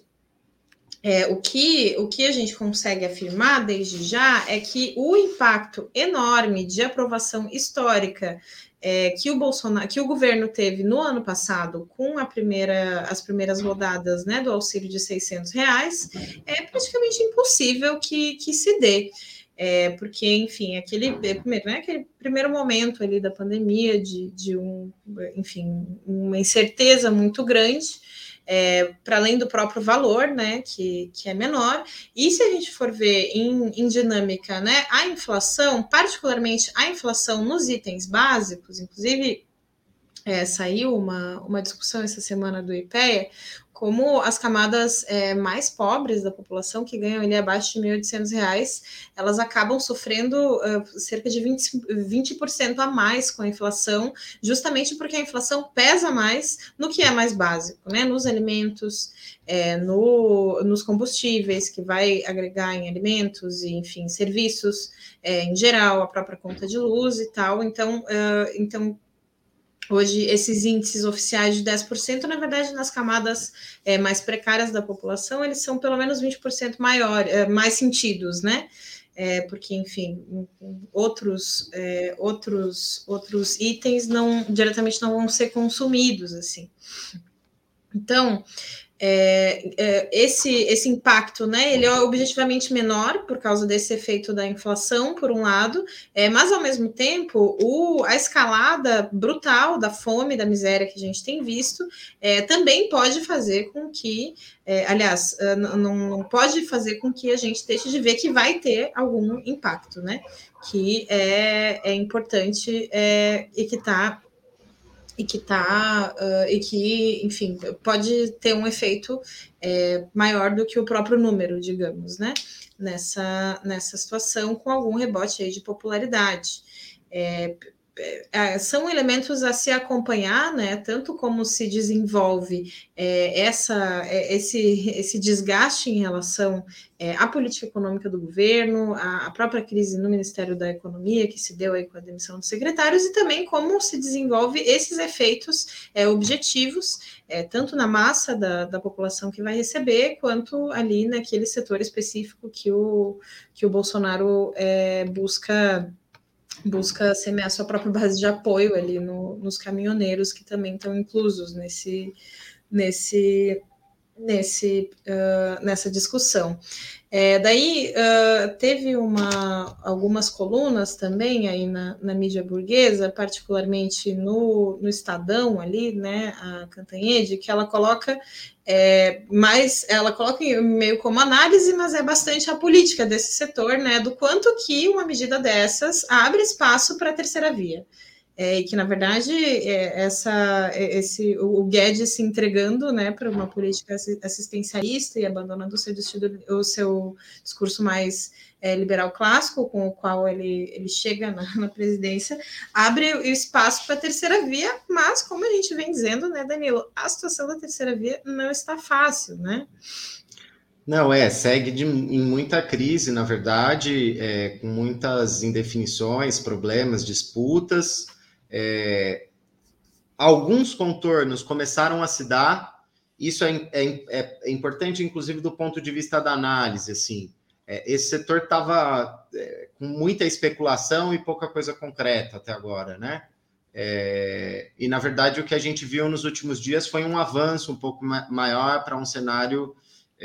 é, o, que, o que a gente consegue afirmar desde já é que o impacto enorme de aprovação histórica é, que o Bolsonaro, que o governo teve no ano passado com a primeira, as primeiras rodadas, né, do auxílio de seiscentos reais, é praticamente impossível que, que se dê. É, porque, enfim, aquele primeiro, né, aquele primeiro momento ali da pandemia, de, de um, enfim, uma incerteza muito grande, é, para além do próprio valor, né, que, que é menor. E se a gente for ver em, em dinâmica, né, a inflação, particularmente a inflação nos itens básicos, inclusive é, saiu uma, uma discussão essa semana do IPEA, como as camadas é, mais pobres da população, que ganham ali abaixo de mil e oitocentos reais, elas acabam sofrendo uh, cerca de vinte, vinte por cento a mais com a inflação, justamente porque a inflação pesa mais no que é mais básico, né? Nos alimentos, é, no, nos combustíveis, que vai agregar em alimentos e, enfim, serviços é, em geral, a própria conta de luz e tal. Então, uh, então hoje, esses índices oficiais de dez por cento, na verdade, nas camadas é, mais precárias da população, eles são pelo menos vinte por cento maior, é, mais sentidos, né? É, porque, enfim, outros, é, outros, outros itens não, diretamente não vão ser consumidos, assim. Então, É, é, esse, esse impacto, né, ele é objetivamente menor por causa desse efeito da inflação, por um lado, é, mas ao mesmo tempo o, a escalada brutal da fome, da miséria que a gente tem visto, é, também pode fazer com que, é, aliás, não, não pode fazer com que a gente deixe de ver que vai ter algum impacto, né, que é, é importante é, e que está e que tá, uh, e que, enfim, pode ter um efeito é, maior do que o próprio número, digamos, né? Nessa, nessa situação, com algum rebote aí de popularidade. É, é, são elementos a se acompanhar, né? Tanto como se desenvolve é, essa, é, esse, esse desgaste em relação é, à política econômica do governo, à, à própria crise no Ministério da Economia, que se deu aí com a demissão dos secretários, e também como se desenvolve esses efeitos é, objetivos, é, tanto na massa da, da população que vai receber, quanto ali naquele setor específico que o, que o Bolsonaro é, busca busca semear sua própria base de apoio ali no, nos caminhoneiros, que também estão inclusos nesse, nesse, nesse, uh, nessa discussão. É, daí uh, teve uma, algumas colunas também aí na, na mídia burguesa, particularmente no, no Estadão ali, né, a Cantanhede, que ela coloca é, mais, ela coloca meio como análise, mas é bastante a política desse setor, né, do quanto que uma medida dessas abre espaço para a terceira via. É, e que, na verdade, é, essa, esse, o Guedes se entregando, né, para uma política assistencialista e abandonando o seu, destino, o seu discurso mais é, liberal clássico, com o qual ele, ele chega na, na presidência, abre o espaço para a terceira via, mas, como a gente vem dizendo, né, Danilo, a situação da terceira via não está fácil, né? Não, é, segue de, em muita crise, na verdade, é, com muitas indefinições, problemas, disputas. É, alguns contornos começaram a se dar, isso é, é, é importante, inclusive, do ponto de vista da análise, assim. É, esse setor estava é, com muita especulação e pouca coisa concreta até agora, né? É, e, na verdade, o que a gente viu nos últimos dias foi um avanço um pouco ma- maior para um cenário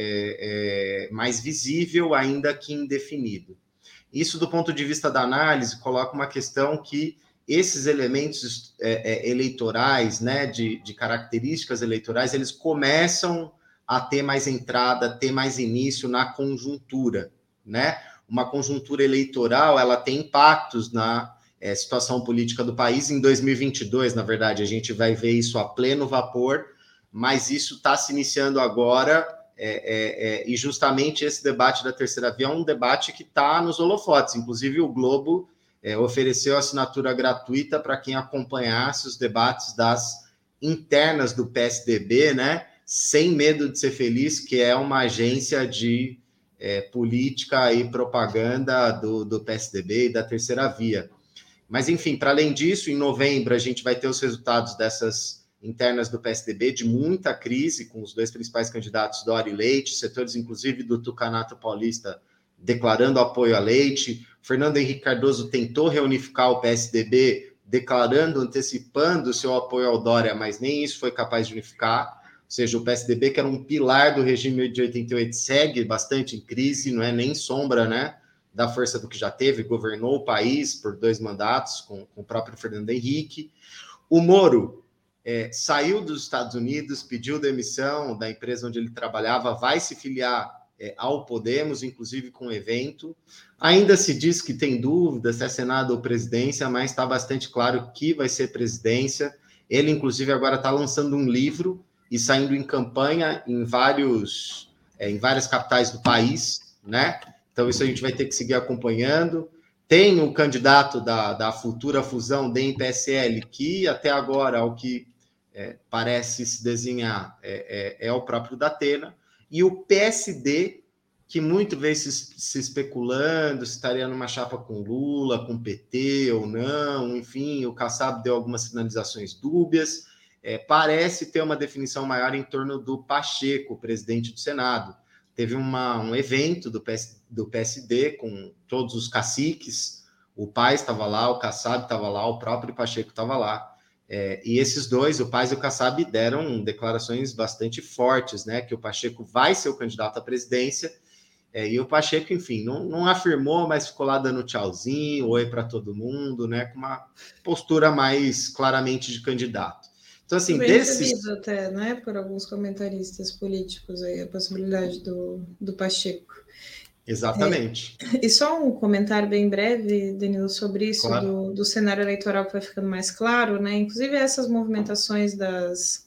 é, é, mais visível, ainda que indefinido. Isso, do ponto de vista da análise, coloca uma questão que esses elementos é, é, eleitorais, né, de, de características eleitorais, eles começam a ter mais entrada, ter mais início na conjuntura, né? Uma conjuntura eleitoral, ela tem impactos na é, situação política do país. Em dois mil e vinte e dois, na verdade, a gente vai ver isso a pleno vapor, mas isso está se iniciando agora, é, é, é, e justamente esse debate da terceira via é um debate que está nos holofotes. Inclusive, o Globo é, ofereceu assinatura gratuita para quem acompanhasse os debates das internas do P S D B, né? Sem Medo de Ser Feliz, que é uma agência de é, política e propaganda do, do P S D B e da terceira via. Mas, enfim, para além disso, em novembro, a gente vai ter os resultados dessas internas do P S D B, de muita crise, com os dois principais candidatos, Dória e Leite, setores, inclusive, do Tucanato Paulista declarando apoio a Leite. Fernando Henrique Cardoso tentou reunificar o P S D B, declarando, antecipando seu apoio ao Dória, mas nem isso foi capaz de unificar. Ou seja, o P S D B, que era um pilar do regime de oitenta e oito, segue bastante em crise, não é nem sombra, né, da força do que já teve, governou o país por dois mandatos com, com o próprio Fernando Henrique. O Moro é, saiu dos Estados Unidos, pediu demissão da empresa onde ele trabalhava, vai se filiar é, ao Podemos, inclusive com um evento. Ainda se diz que tem dúvida se é Senado ou presidência, mas está bastante claro que vai ser presidência. Ele, inclusive, agora está lançando um livro e saindo em campanha em, vários, é, em várias capitais do país, né? Então, isso a gente vai ter que seguir acompanhando. Tem o candidato da, da futura fusão D E M P S L, que até agora, ao que é, parece se desenhar, é, é, é o próprio Datena. E o P S D, que muito vem se, se especulando se estaria numa chapa com Lula, com P T ou não, enfim, o Kassab deu algumas sinalizações dúbias. É, parece ter uma definição maior em torno do Pacheco, presidente do Senado. Teve uma, um evento do, P S, do P S D com todos os caciques, o Paes estava lá, o Kassab estava lá, o próprio Pacheco estava lá. É, e esses dois, o Paes e o Kassab, deram declarações bastante fortes, né? Que o Pacheco vai ser o candidato à presidência. É, e o Pacheco, enfim, não, não afirmou, mas ficou lá dando tchauzinho, oi para todo mundo, né? Com uma postura mais claramente de candidato. Então, assim, bem desses... recebido até, né, por alguns comentaristas políticos aí, a possibilidade do, do Pacheco. Exatamente. É, e só um comentário bem breve, Danilo, sobre isso, claro. do, do cenário eleitoral que vai ficando mais claro, né? Inclusive essas movimentações das,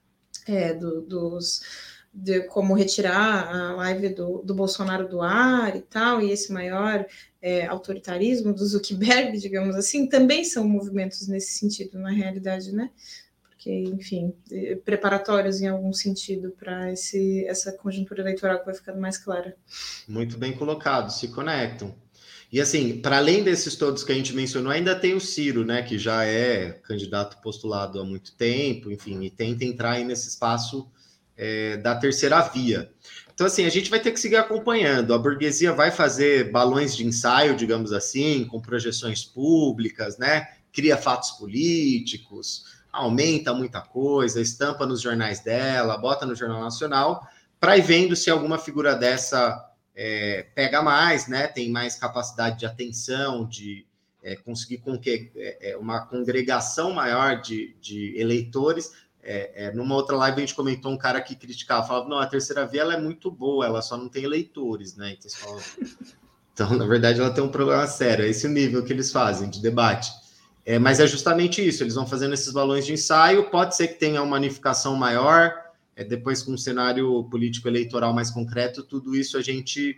é, do, dos, de como retirar a live do, do Bolsonaro do ar e tal, e esse maior é, autoritarismo do Zuckerberg, digamos assim, também são movimentos nesse sentido, na realidade, né? Porque, enfim, preparatórios em algum sentido para essa conjuntura eleitoral que vai ficando mais clara. Muito bem colocado, se conectam. E assim, para além desses todos que a gente mencionou, ainda tem o Ciro, né, que já é candidato postulado há muito tempo, enfim, e tenta entrar aí nesse espaço é, da terceira via. Então, assim, a gente vai ter que seguir acompanhando. A burguesia vai fazer balões de ensaio, digamos assim, com projeções públicas, né? Cria fatos políticos, aumenta muita coisa, estampa nos jornais dela, bota no Jornal Nacional, para ir vendo se alguma figura dessa é, pega mais, né? Tem mais capacidade de atenção, de é, conseguir com que é, uma congregação maior de, de eleitores. É, é, numa outra live a gente comentou um cara que criticava, falava, não, a terceira via ela é muito boa, ela só não tem eleitores, né? Então, fala... então, na verdade, ela tem um problema sério, é esse o nível que eles fazem de debate. É, mas é justamente isso, eles vão fazendo esses balões de ensaio, pode ser que tenha uma unificação maior, é, depois com um cenário político eleitoral mais concreto, tudo isso a gente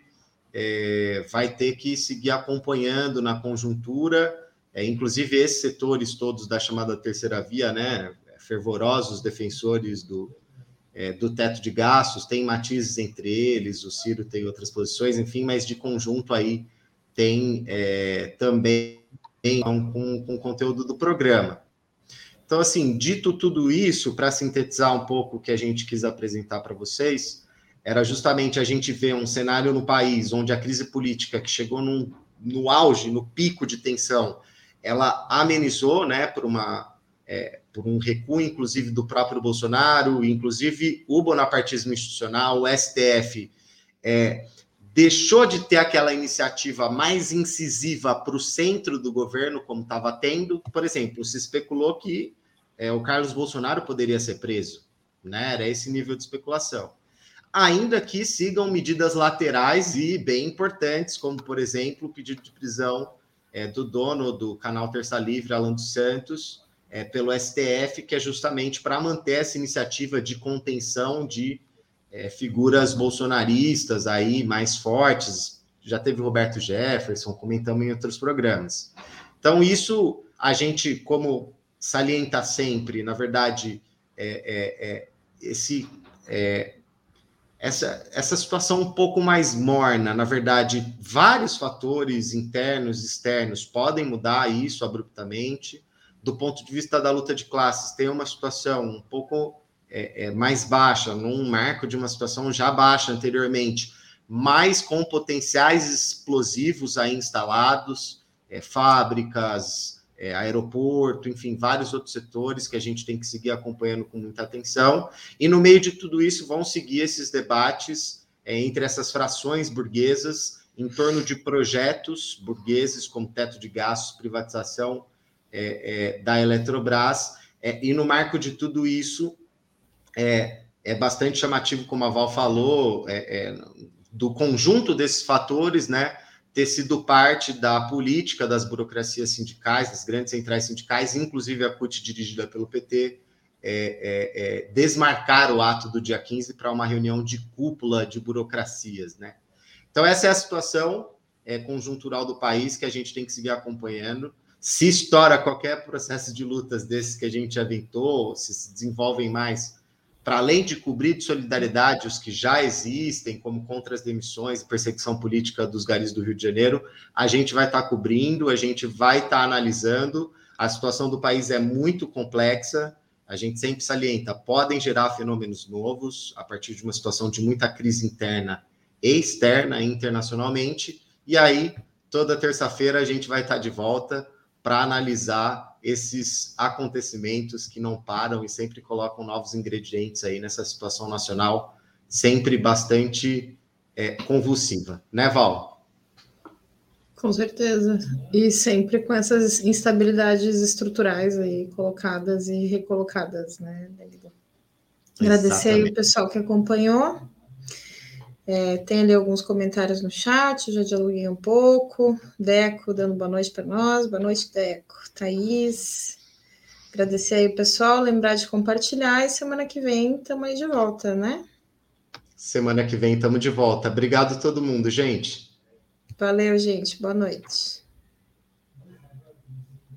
é, vai ter que seguir acompanhando na conjuntura, é, inclusive esses setores todos da chamada terceira via, né, fervorosos defensores do, é, do teto de gastos, tem matizes entre eles, o Ciro tem outras posições, enfim, mas de conjunto aí tem é, também com, com o conteúdo do programa. Então, assim, dito tudo isso, para sintetizar um pouco o que a gente quis apresentar para vocês, era justamente a gente ver um cenário no país onde a crise política, que chegou num, no auge, no pico de tensão, ela amenizou, né, por, uma, é, por um recuo, inclusive, do próprio Bolsonaro, inclusive o bonapartismo institucional, o S T F, é, deixou de ter aquela iniciativa mais incisiva para o centro do governo, como estava tendo. Por exemplo, se especulou que é, o Carlos Bolsonaro poderia ser preso, né? Era esse nível de especulação. Ainda que sigam medidas laterais e bem importantes, como, por exemplo, o pedido de prisão é, do dono do canal Terça Livre, Alan dos Santos, é, pelo S T F, que é justamente para manter essa iniciativa de contenção de É, figuras bolsonaristas aí mais fortes, já teve o Roberto Jefferson, comentamos em outros programas. Então, isso a gente, como salienta sempre, na verdade, é, é, é, esse, é, essa, essa situação um pouco mais morna, na verdade, vários fatores internos e externos podem mudar isso abruptamente. Do ponto de vista da luta de classes, tem uma situação um pouco É, é, mais baixa, num marco de uma situação já baixa anteriormente, mas com potenciais explosivos aí instalados, é, fábricas, é, aeroporto, enfim, vários outros setores que a gente tem que seguir acompanhando com muita atenção. E no meio de tudo isso vão seguir esses debates é, entre essas frações burguesas em torno de projetos burgueses, como teto de gastos, privatização é, é, da Eletrobras. É, e no marco de tudo isso, É, é bastante chamativo, como a Val falou, é, é, do conjunto desses fatores, né, ter sido parte da política das burocracias sindicais, das grandes centrais sindicais, inclusive a C U T dirigida pelo P T, é, é, é, desmarcar o ato do dia quinze para uma reunião de cúpula de burocracias, né? Então, essa é a situação é, conjuntural do país que a gente tem que seguir acompanhando. Se estoura qualquer processo de lutas desses que a gente aventou, se se desenvolvem mais, para além de cobrir de solidariedade os que já existem, como contra as demissões e perseguição política dos garis do Rio de Janeiro, a gente vai estar tá cobrindo, a gente vai estar tá analisando. A situação do país é muito complexa, a gente sempre salienta, podem gerar fenômenos novos a partir de uma situação de muita crise interna e externa, internacionalmente, e aí, toda terça-feira, a gente vai estar tá de volta para analisar esses acontecimentos que não param e sempre colocam novos ingredientes aí nessa situação nacional, sempre bastante é, convulsiva. Né, Val? Com certeza. E sempre com essas instabilidades estruturais aí colocadas e recolocadas, né, Danilo? Agradecer aí o pessoal que acompanhou. É, tem ali alguns comentários no chat, já dialoguei um pouco. Deco dando boa noite para nós. Boa noite, Deco. Thaís. Agradecer aí o pessoal, lembrar de compartilhar e semana que vem estamos aí de volta, né? Semana que vem estamos de volta. Obrigado a todo mundo, gente. Valeu, gente. Boa noite.